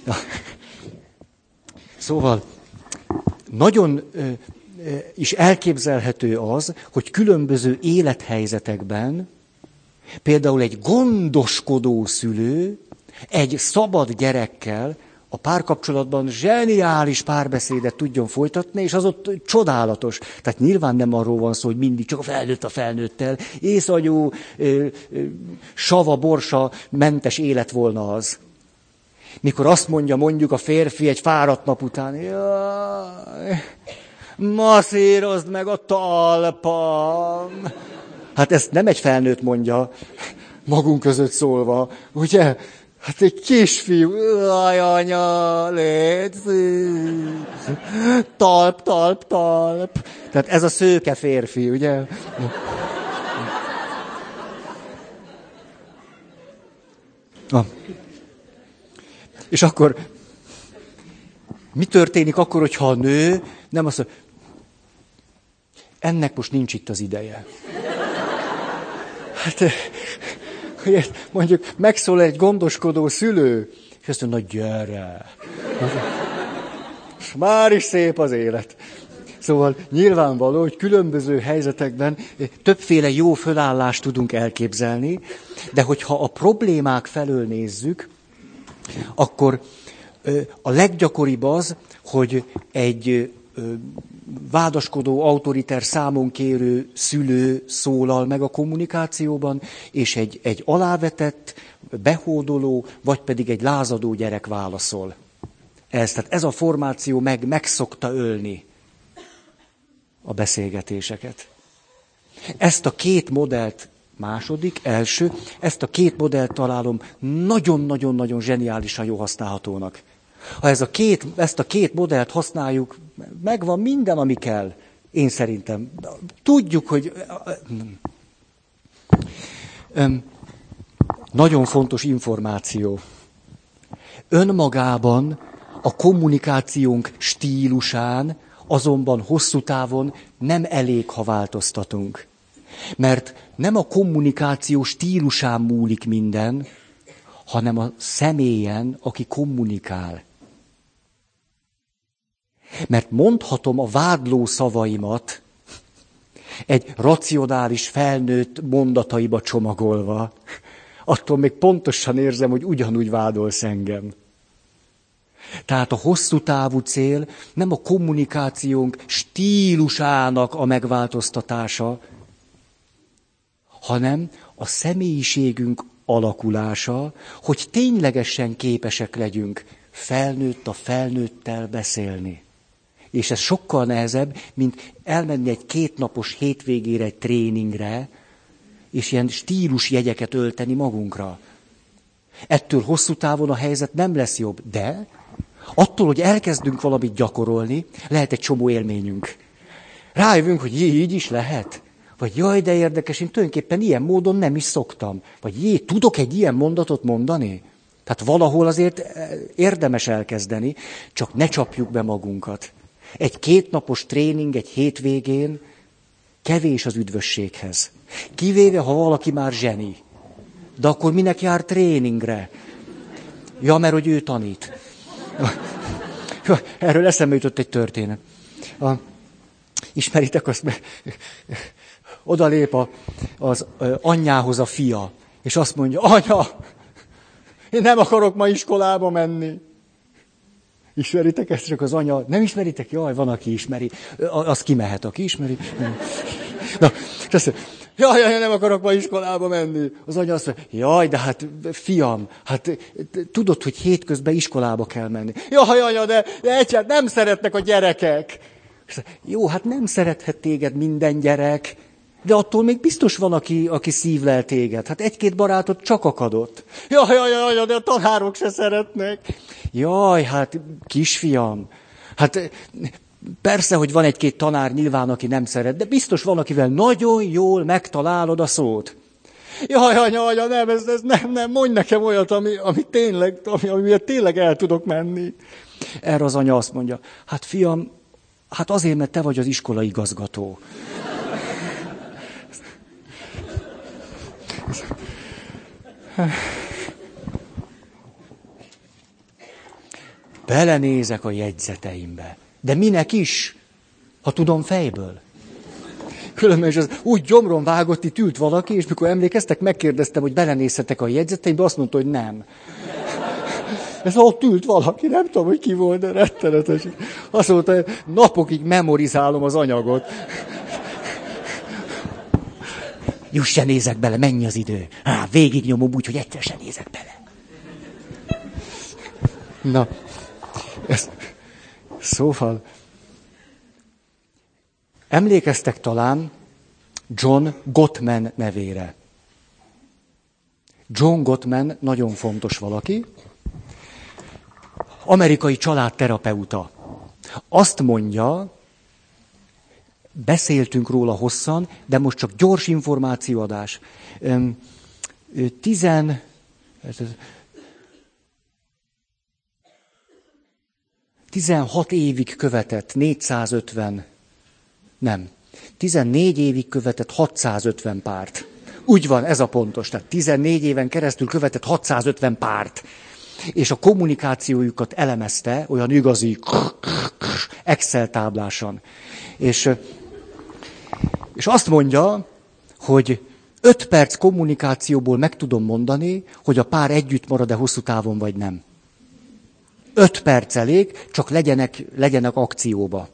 Szóval nagyon is elképzelhető az, hogy különböző élethelyzetekben például egy gondoskodó szülő egy szabad gyerekkel a párkapcsolatban zseniális párbeszédet tudjon folytatni, és az ott csodálatos. Tehát nyilván nem arról van szó, hogy mindig csak a felnőttel, észanyú, sava, borsa, mentes élet volna az. Mikor azt mondja mondjuk a férfi egy fáradt nap után, jaj, masszírozd meg a talpam. Hát ezt nem egy felnőtt mondja, magunk között szólva, ugye? Hát egy kisfiú, aj, anya, légy talp. Tehát ez a szőke férfi, ugye? És akkor mi történik akkor, hogyha a nő nem azt mondja, ennek most nincs itt az ideje. Hát, hogy mondjuk megszól egy gondoskodó szülő, és azt mondja, na gyere. És már is szép az élet. Szóval nyilvánvaló, hogy különböző helyzetekben többféle jó fölállást tudunk elképzelni, de hogyha a problémák felől nézzük, akkor a leggyakoribb az, hogy egy vádaskodó, autoriter, számonkérő szülő szólal meg a kommunikációban, és egy alávetett, behódoló, vagy pedig egy lázadó gyerek válaszol. Tehát ez a formáció meg szokta ölni a beszélgetéseket. Ezt a két modellt, ezt a két modellt találom nagyon-nagyon-nagyon zseniálisan jó használhatónak. Ha ezt a két modellt használjuk, megvan minden, ami kell. Én szerintem. Tudjuk, hogy... Nagyon fontos információ. Önmagában a kommunikációnk stílusán azonban hosszú távon nem elég, ha változtatunk. Mert nem a kommunikáció stílusán múlik minden, hanem a személyen, aki kommunikál. Mert mondhatom a vádló szavaimat egy racionális felnőtt mondataiba csomagolva, attól még pontosan érzem, hogy ugyanúgy vádolsz engem. Tehát a hosszú távú cél nem a kommunikációnk stílusának a megváltoztatása, hanem a személyiségünk alakulása, hogy ténylegesen képesek legyünk felnőtt a felnőttel beszélni. És ez sokkal nehezebb, mint elmenni egy 2 napos hétvégére egy tréningre, és ilyen stílusjegyeket ölteni magunkra. Ettől hosszú távon a helyzet nem lesz jobb, de attól, hogy elkezdünk valamit gyakorolni, lehet egy csomó élményünk. Rájövünk, hogy így is lehet. Vagy jaj, de érdekes, én tulajdonképpen ilyen módon nem is szoktam. Vagy tudok egy ilyen mondatot mondani? Tehát valahol azért érdemes elkezdeni, csak ne csapjuk be magunkat. Egy 2 napos tréning egy hétvégén kevés az üdvösséghez. Kivéve, ha valaki már zseni. De akkor minek jár tréningre? Ja, mert hogy ő tanít. Erről eszembe jutott egy történet. Ismeritek azt, odalép az anyjához a fia, és azt mondja, anya, én nem akarok ma iskolába menni. Ismeritek ezt? Csak az anya, nem ismeritek? Jaj, van, aki ismeri. Az kimehet, aki ismeri. Na, és azt mondja, jaj, nem akarok ma iskolába menni. Az anya azt mondja, jaj, de hát fiam, hát tudod, hogy hétközben iskolába kell menni. Jaj, anya, de egyáltalán nem szeretnek a gyerekek. Jó, hát nem szerethet téged minden gyerek, de attól még biztos van, aki szívlel téged. Hát 1-2 barátod csak akadott. Jaj, de a tanárok se szeretnek. Jaj, hát kisfiam, hát persze, hogy van 1-2 tanár nyilván, aki nem szeret, de biztos van, akivel nagyon jól megtalálod a szót. Jaj, anya, nem, mondj nekem olyat, amiért tényleg el tudok menni. Erre az anya azt mondja, hát fiam, hát azért, mert te vagy az iskola igazgató. Belenézek a jegyzeteimbe. De minek is, ha tudom fejből? Különben is az úgy gyomron vágott, itt ült valaki, és mikor emlékeztek, megkérdeztem, hogy belenézhetek a jegyzeteimbe, azt mondta, hogy nem. Ez ott ült valaki, nem tudom, hogy ki volt, de rettenetes. Azt mondta, hogy napokig memorizálom az anyagot. Juss, se nézek bele, mennyi az idő. Végignyomom úgy, hogy egyszer se nézek bele. Na, szóval, emlékeztek talán John Gottman nevére. John Gottman nagyon fontos valaki, amerikai családterapeuta. Azt mondja, beszéltünk róla hosszan, de most csak gyors információadás. 16 évig követett 14 évig követett 650 párt. Úgy van, ez a pontos. Tehát 14 éven keresztül követett 650 párt. És a kommunikációjukat elemezte olyan igazi Excel tábláson. És azt mondja, hogy 5 perc kommunikációból meg tudom mondani, hogy a pár együtt marad-e hosszú távon, vagy nem. 5 perc elég, csak legyenek akcióba.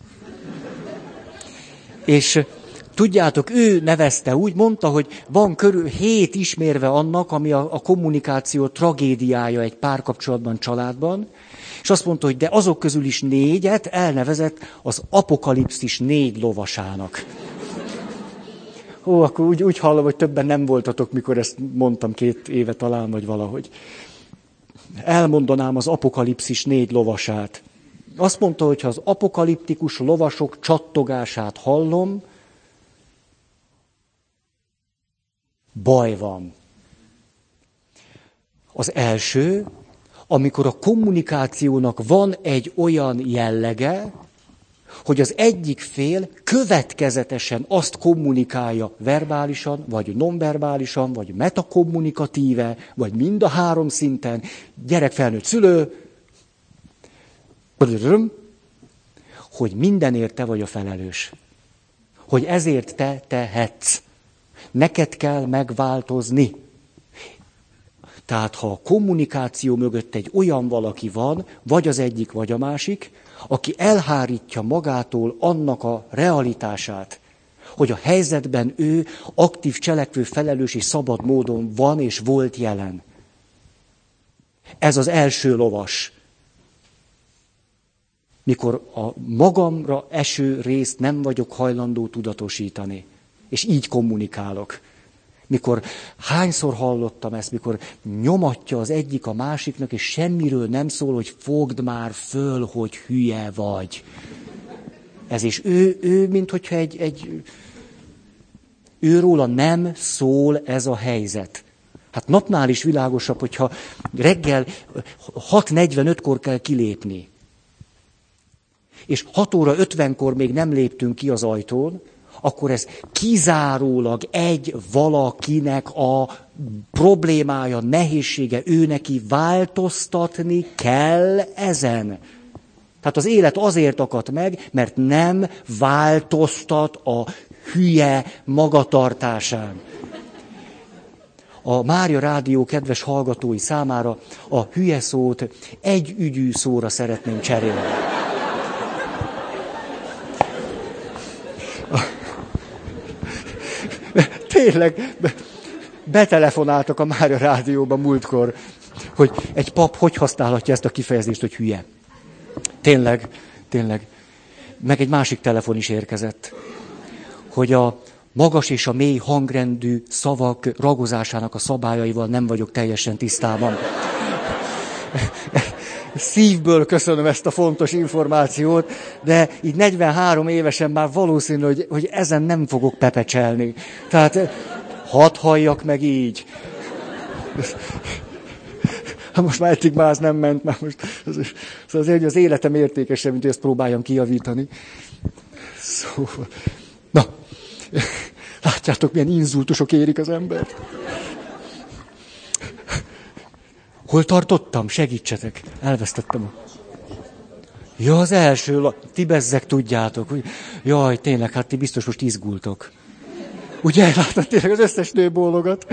És tudjátok, ő nevezte úgy, mondta, hogy van körül 7 ismérve annak, ami a kommunikáció tragédiája egy párkapcsolatban, családban, és azt mondta, hogy de azok közül is 4-et elnevezett az apokalipszis 4 lovasának. Akkor úgy hallom, hogy többen nem voltatok, mikor ezt mondtam 2 éve talán, vagy valahogy. Elmondanám az apokalipszis 4 lovasát. Azt mondta, hogy ha az apokaliptikus lovasok csattogását hallom, baj van. Az első, amikor a kommunikációnak van egy olyan jellege, hogy az egyik fél következetesen azt kommunikálja verbálisan, vagy nonverbálisan, vagy metakommunikatíve, vagy mind a 3 szinten, gyerek, felnőtt, szülő, hogy mindenért te vagy a felelős. Hogy ezért te tehetsz. Neked kell megváltozni. Tehát ha a kommunikáció mögött egy olyan valaki van, vagy az egyik, vagy a másik, aki elhárítja magától annak a realitását, hogy a helyzetben ő aktív, cselekvő, felelős és szabad módon van és volt jelen. Ez az első lovas. Mikor a magamra eső részt nem vagyok hajlandó tudatosítani, és így kommunikálok. Mikor hányszor hallottam ezt, mikor nyomatja az egyik a másiknak, és semmiről nem szól, hogy fogd már föl, hogy hülye vagy. Ez is ő mint hogyha őróla nem szól ez a helyzet. Hát napnál is világosabb, hogyha reggel 6:45-kor kell kilépni. És 6:50 még nem léptünk ki az ajtón, akkor ez kizárólag egy valakinek a problémája, nehézsége, ő neki változtatni kell ezen. Tehát az élet azért akadt meg, mert nem változtat a hülye magatartásán. A Mária Rádió kedves hallgatói számára a hülye szót együgyű szóra szeretném cserélni. Tényleg, betelefonáltak a Mária Rádióba múltkor, hogy egy pap hogy használhatja ezt a kifejezést, hogy hülye. Tényleg. Meg egy másik telefon is érkezett, hogy a magas és a mély hangrendű szavak ragozásának a szabályaival nem vagyok teljesen tisztában. Szívből köszönöm ezt a fontos információt, de így 43 évesen már valószínű, hogy ezen nem fogok pepecselni. Tehát hadd halljak meg így. Most már eddig már ez nem ment, már most azért az életem értékesebb, mint hogy ezt próbáljam kijavítani. Szóval, na, látjátok, milyen inzultusok érik az embert. Hol tartottam? Segítsetek. Elvesztettem. Ja, az első, ti bezzeg tudjátok. Jaj, tényleg, hát ti biztos most izgultok. Ugye, látod, tényleg az összes nő bólogat.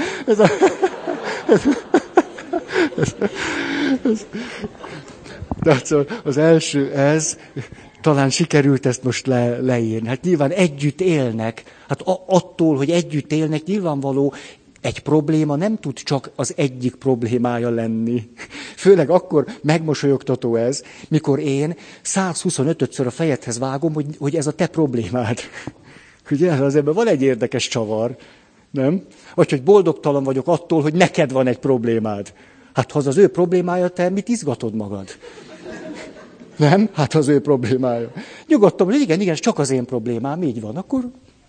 De az első ez, talán sikerült ezt most leírni. Hát nyilván együtt élnek. Hát attól, hogy együtt élnek, nyilvánvaló, egy probléma nem tud csak az egyik problémája lenni. Főleg akkor megmosolyogtató ez, mikor én 125-ször a fejedhez vágom, hogy ez a te problémád. Ugye, az ebben van egy érdekes csavar, nem? Vagy hogy boldogtalan vagyok attól, hogy neked van egy problémád. Hát ha az ő problémája, te mit izgatod magad? Nem? Hát az ő problémája. Nyugodtan, hogy igen, ez csak az én problémám, így van, akkor...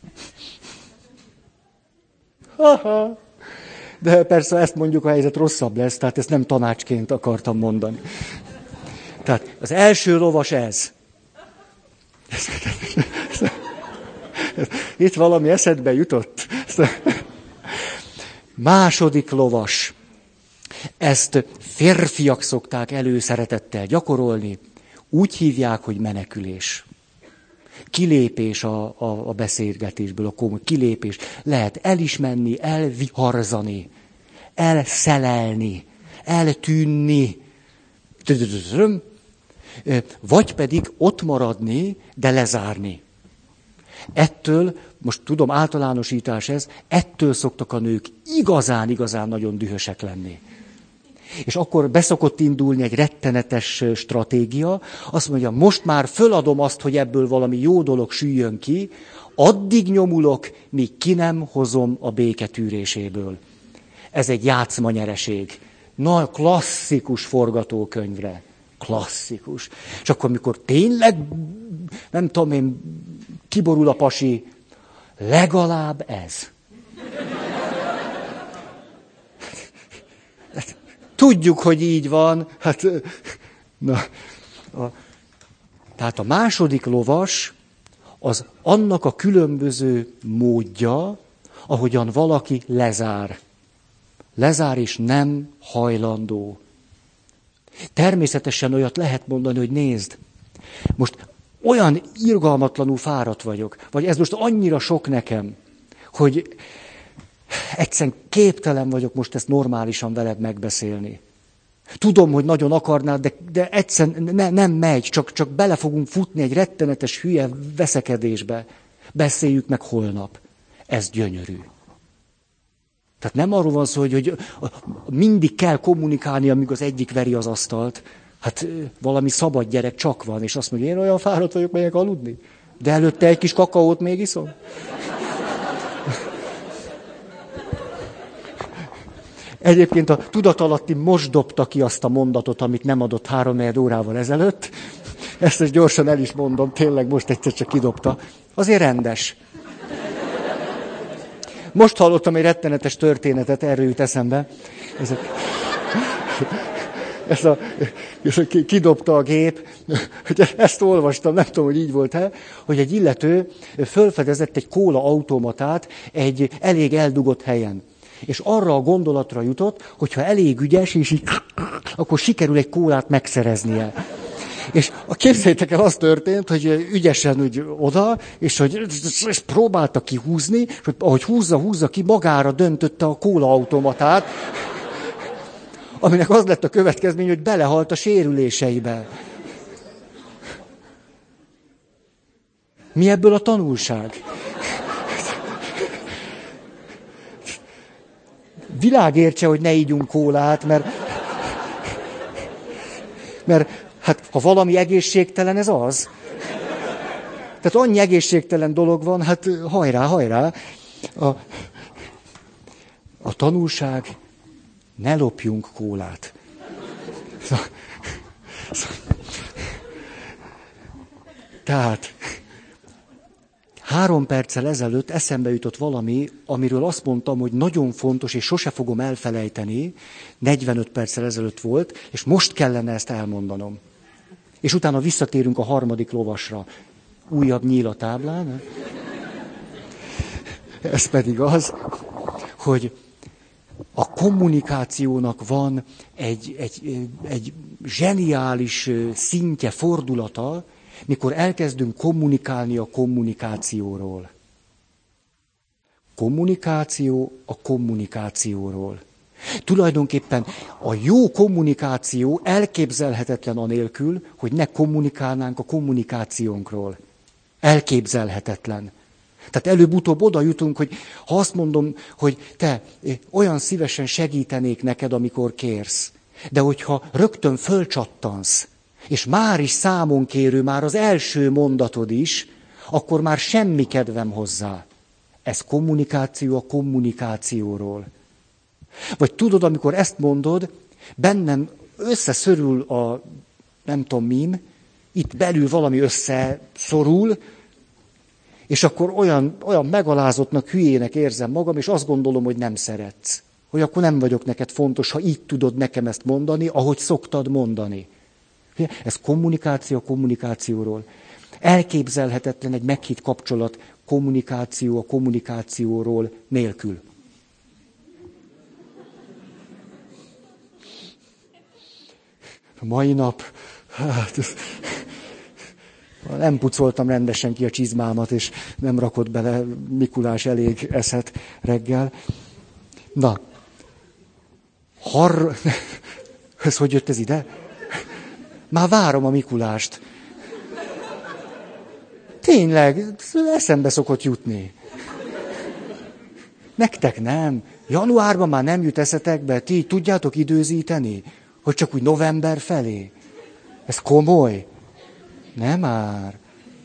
Aha. De persze ezt mondjuk, a helyzet rosszabb lesz, tehát ezt nem tanácsként akartam mondani. Tehát az első lovas ez. Itt valami eszedbe jutott. Második lovas. Ezt férfiak szokták előszeretettel úgy hívják, hogy menekülés. Kilépés a beszélgetésből, kilépés. Lehet el is menni, elviharzani, elszelelni, eltűnni. Vagy pedig ott maradni, de lezárni. Ettől, most tudom, általánosítás ez, ettől szoktak a nők igazán nagyon dühösek lenni. És akkor beszokott indulni egy rettenetes stratégia, azt mondja, most már föladom azt, hogy ebből valami jó dolog süljön ki, addig nyomulok, míg ki nem hozom a béketűréséből. Ez egy játszmanyereség. Na, klasszikus forgatókönyvre. Klasszikus. És akkor, mikor tényleg, nem tudom én, kiborul a pasi, legalább ez. Tudjuk, hogy így van. Hát, tehát a második lovas az annak a különböző módja, ahogyan valaki lezár. Lezár és nem hajlandó. Természetesen olyat lehet mondani, hogy nézd, most olyan irgalmatlanul fáradt vagyok, vagy ez most annyira sok nekem, hogy Egyszerűen képtelen vagyok most ezt normálisan veled megbeszélni. Tudom, hogy nagyon akarnád, de egyszerűen nem megy, csak bele fogunk futni egy rettenetes hülye veszekedésbe. Beszéljük meg holnap. Ez gyönyörű. Tehát nem arról van szó, hogy mindig kell kommunikálni, amíg az egyik veri az asztalt. Hát valami szabad gyerek csak van, és azt mondja, én olyan fáradt vagyok, megyek aludni. De előtte egy kis kakaót még iszom. Egyébként a tudatalatti most dobta ki azt a mondatot, amit nem adott 3-4 órával ezelőtt. Ezt is gyorsan el is mondom, tényleg most egyszer csak kidobta. Azért rendes. Most hallottam egy rettenetes történetet, erről jut eszembe. Kidobta a gép, hogy ezt olvastam, nem tudom, hogy így volt-e, hogy egy illető fölfedezett egy kóla automatát egy elég eldugott helyen. És arra a gondolatra jutott, hogyha elég ügyes, és így, akkor sikerül egy kólát megszereznie. És képzeljétek el, az történt, hogy ügyesen úgy oda, és próbálta kihúzni, és hogy ahogy húzza ki, magára döntötte a kólaautomatát, aminek az lett a következmény, hogy belehalt a sérüléseibe. Mi ebből a tanulság? Világ értse, hogy ne ígyunk kólát, mert hát, ha valami egészségtelen, ez az. Tehát annyi egészségtelen dolog van, hát hajrá. A tanulság, ne lopjunk kólát. Tehát 3 perccel ezelőtt eszembe jutott valami, amiről azt mondtam, hogy nagyon fontos, és sose fogom elfelejteni, 45 perccel ezelőtt volt, és most kellene ezt elmondanom. És utána visszatérünk a 3. lovasra. Újabb nyíl a táblán. Ez pedig az, hogy a kommunikációnak van egy zseniális szintje, fordulata, mikor elkezdünk kommunikálni a kommunikációról. Kommunikáció a kommunikációról. Tulajdonképpen a jó kommunikáció elképzelhetetlen anélkül, hogy ne kommunikálnánk a kommunikációnkról. Elképzelhetetlen. Tehát előbb-utóbb oda jutunk, hogy ha azt mondom, hogy te olyan szívesen segítenék neked, amikor kérsz, de hogyha rögtön fölcsattansz, és már is számon kérő, már az első mondatod is, akkor már semmi kedvem hozzá. Ez kommunikáció a kommunikációról. Vagy tudod, amikor ezt mondod, bennem összeszorul a, nem tudom mim, itt belül valami összeszorul, és akkor olyan megalázottnak, hülyének érzem magam, és azt gondolom, hogy nem szeretsz. Hogy akkor nem vagyok neked fontos, ha így tudod nekem ezt mondani, ahogy szoktad mondani. Ez kommunikáció a kommunikációról. Elképzelhetetlen egy meghitt kapcsolat kommunikáció a kommunikációról nélkül. A mai nap, nem pucoltam rendesen ki a csizmámat, és nem rakott bele Mikulás elég eszet reggel. Na, ez hogy jött ez ide? Már várom a Mikulást. Tényleg, eszembe szokott jutni. Nektek nem. Januárban már nem jut eszetekbe, ti tudjátok időzíteni, hogy csak úgy november felé. Ez komoly. Nem már.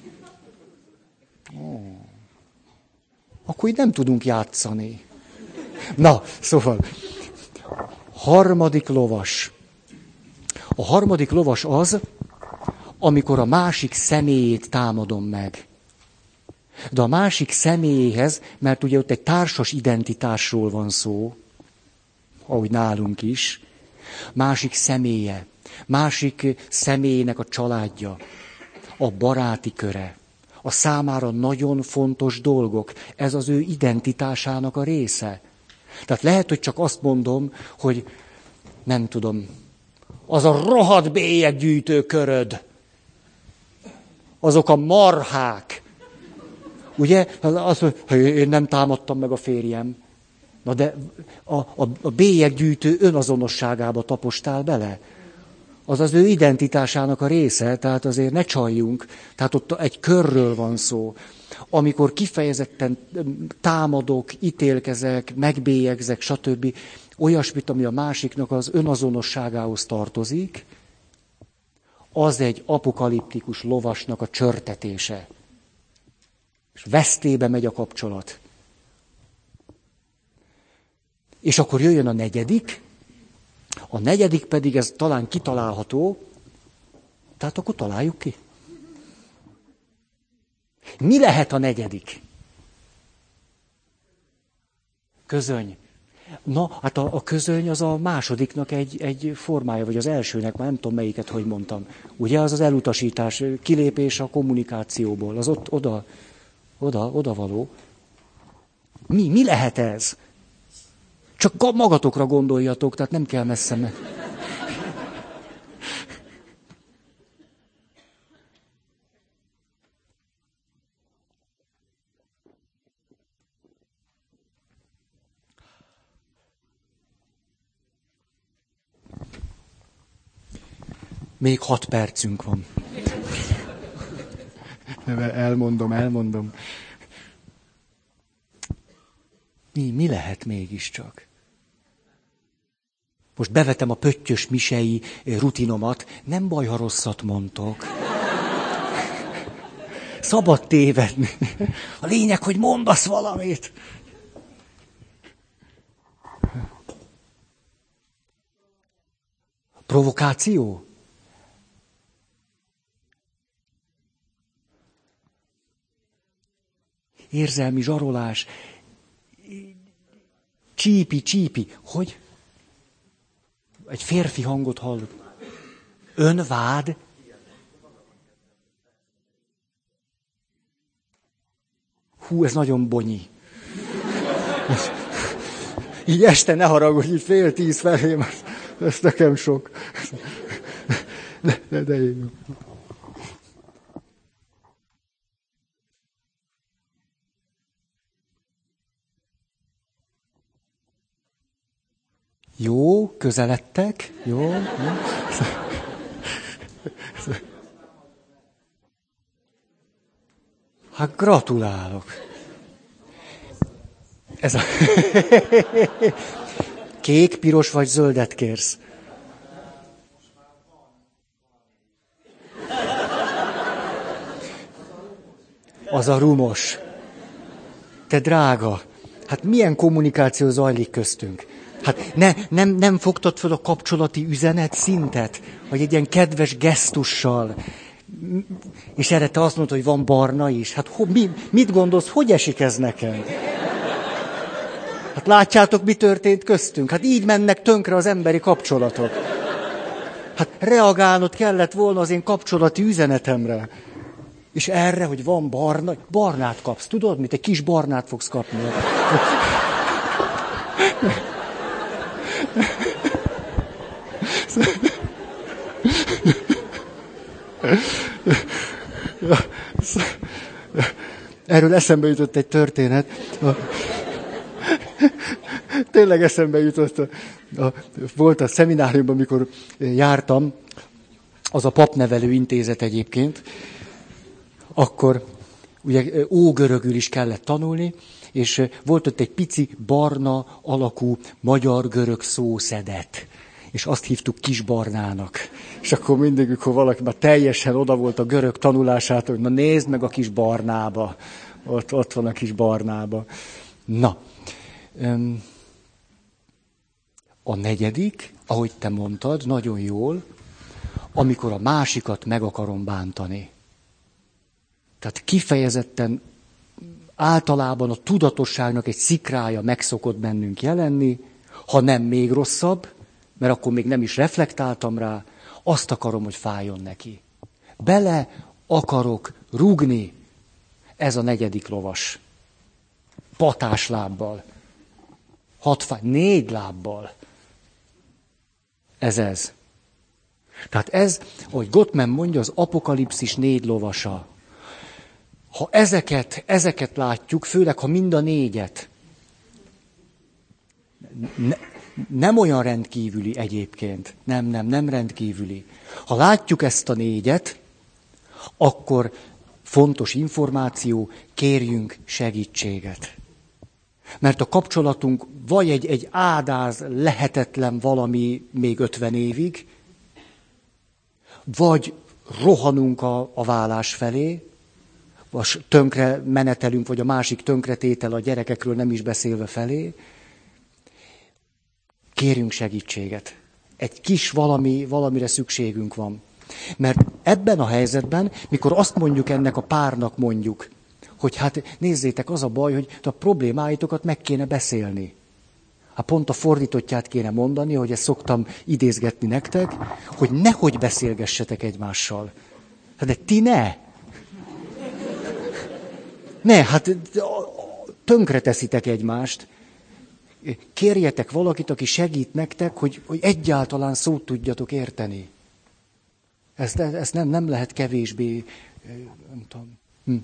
Akkor így nem tudunk játszani. Na, szóval, 3. lovas. A 3. lovas az, amikor a másik személyét támadom meg. De a másik személyéhez, mert ugye ott egy társas identitásról van szó, ahogy nálunk is, másik személye, másik személynek a családja, a baráti köre, a számára nagyon fontos dolgok, ez az ő identitásának a része. Tehát lehet, hogy csak azt mondom, hogy nem tudom, az a rohadt bélyeggyűjtő köröd, azok a marhák. Ugye? Azt mondja, hogy én nem támadtam meg a férjem. Na de a bélyeggyűjtő önazonosságába tapostál bele. Az az ő identitásának a része, tehát azért ne csaljunk. Tehát ott egy körről van szó. Amikor kifejezetten támadok, ítélkezek, megbélyegzek, stb. Olyasmit, ami a másiknak az önazonosságához tartozik, az egy apokaliptikus lovasnak a csörtetése. És vesztébe megy a kapcsolat. És akkor jöjjön a negyedik. A negyedik pedig, ez talán kitalálható, tehát akkor találjuk ki. Mi lehet a negyedik? Közöny. Na, hát a közöny az a másodiknak egy formája, vagy az elsőnek, már nem tudom melyiket, hogy mondtam. Ugye az az elutasítás, kilépés a kommunikációból, az ott oda való. Mi lehet ez? Csak magatokra gondoljatok, tehát nem kell messze meg. Még 6 percünk van. Elmondom. Mi lehet mégiscsak? Most bevetem a pöttyös misei rutinomat. Nem baj, ha rosszat mondtok. Szabad tévedni. A lényeg, hogy mondasz valamit. Provokáció? Érzelmi zsarolás. Csípi. Hogy? Egy férfi hangot hallott. Önvád? Hú, ez nagyon bonyi. Így este ne haragudj, így 9:30 felé, ez nekem sok. De én. Jó, közeledtek. Jó. Hát gratulálok. Ez a... Kék, piros vagy zöldet kérsz? Az a rumos. Te drága, hát milyen kommunikáció zajlik köztünk? Hát nem fogtad fel a kapcsolati üzenet szintet, hogy egy ilyen kedves gesztussal, és erre te azt mondod, hogy van barna is. Hát mit gondolsz, hogy esik ez nekem? Hát látjátok, mi történt köztünk? Hát így mennek tönkre az emberi kapcsolatok. Hát reagálnod kellett volna az én kapcsolati üzenetemre. És erre, hogy van barna, barnát kapsz, tudod mit? Egy kis barnát fogsz kapni. Erről eszembe jutott egy történet. Tényleg eszembe jutott. Volt a szemináriumban, amikor jártam, az a papnevelő intézet egyébként, akkor ugye ógörögül is kellett tanulni, és volt ott egy pici barna alakú magyar-görög szószedet. És azt hívtuk Kisbarnának. És akkor mindig, amikor valaki már teljesen oda volt a görög tanulásától, hogy na nézd meg a kis barnába. Ott van a kis barnába. Na. A negyedik, ahogy te mondtad, nagyon jól, amikor a másikat meg akarom bántani. Tehát kifejezetten általában a tudatosságnak egy szikrája meg szokott bennünk jelenni, ha nem még rosszabb, mert akkor még nem is reflektáltam rá, azt akarom, hogy fájjon neki. Bele akarok rúgni. Ez a negyedik lovas. Patáslábbal. 4 lábbal. Ez. Tehát ez, ahogy Gottman mondja, az apokalipszis 4 lovasa. Ha ezeket látjuk, főleg ha mind a 4-et, Nem olyan rendkívüli egyébként. Nem rendkívüli. Ha látjuk ezt a 4, akkor fontos információ, kérjünk segítséget. Mert a kapcsolatunk vagy egy ádáz, lehetetlen valami még 50 évig, vagy rohanunk a válás felé, vagy tönkre menetelünk, vagy a másik tönkretétel a gyerekekről nem is beszélve felé. Kérjünk segítséget. Egy kis valamire szükségünk van. Mert ebben a helyzetben, mikor azt mondjuk ennek a párnak mondjuk, hogy hát nézzétek, az a baj, hogy a problémáitokat meg kéne beszélni. Hát pont a fordítottját kéne mondani, hogy ezt szoktam idézgetni nektek, hogy nehogy beszélgessetek egymással. Hát de ti ne! Ne, hát tönkre teszitek egymást. Kérjetek valakit, aki segít nektek, hogy egyáltalán szót tudjatok érteni. Ezt nem lehet kevésbé, nem tudom.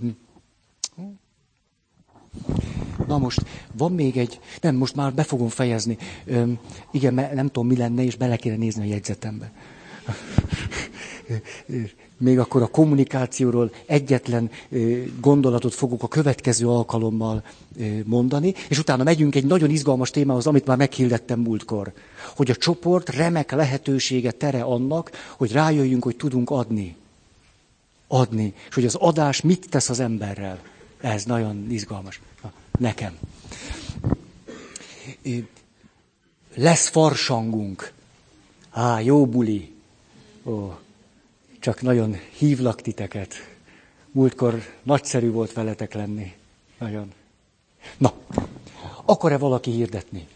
Na most, van még egy, nem, most már be fogom fejezni. Igen, nem tudom, mi lenne, és bele kéne nézni a jegyzetembe. Még akkor a kommunikációról egyetlen gondolatot fogok a következő alkalommal mondani, és utána megyünk egy nagyon izgalmas témához, amit már meghirdettem múltkor. Hogy a csoport remek lehetősége, tere annak, hogy rájöjjünk, hogy tudunk adni. Adni. És hogy az adás mit tesz az emberrel. Ez nagyon izgalmas. Nekem. Lesz farsangunk. Jó buli. Ó, csak nagyon hívlak titeket. Múltkor nagyszerű volt veletek lenni. Nagyon. Na, akar-e valaki hirdetni?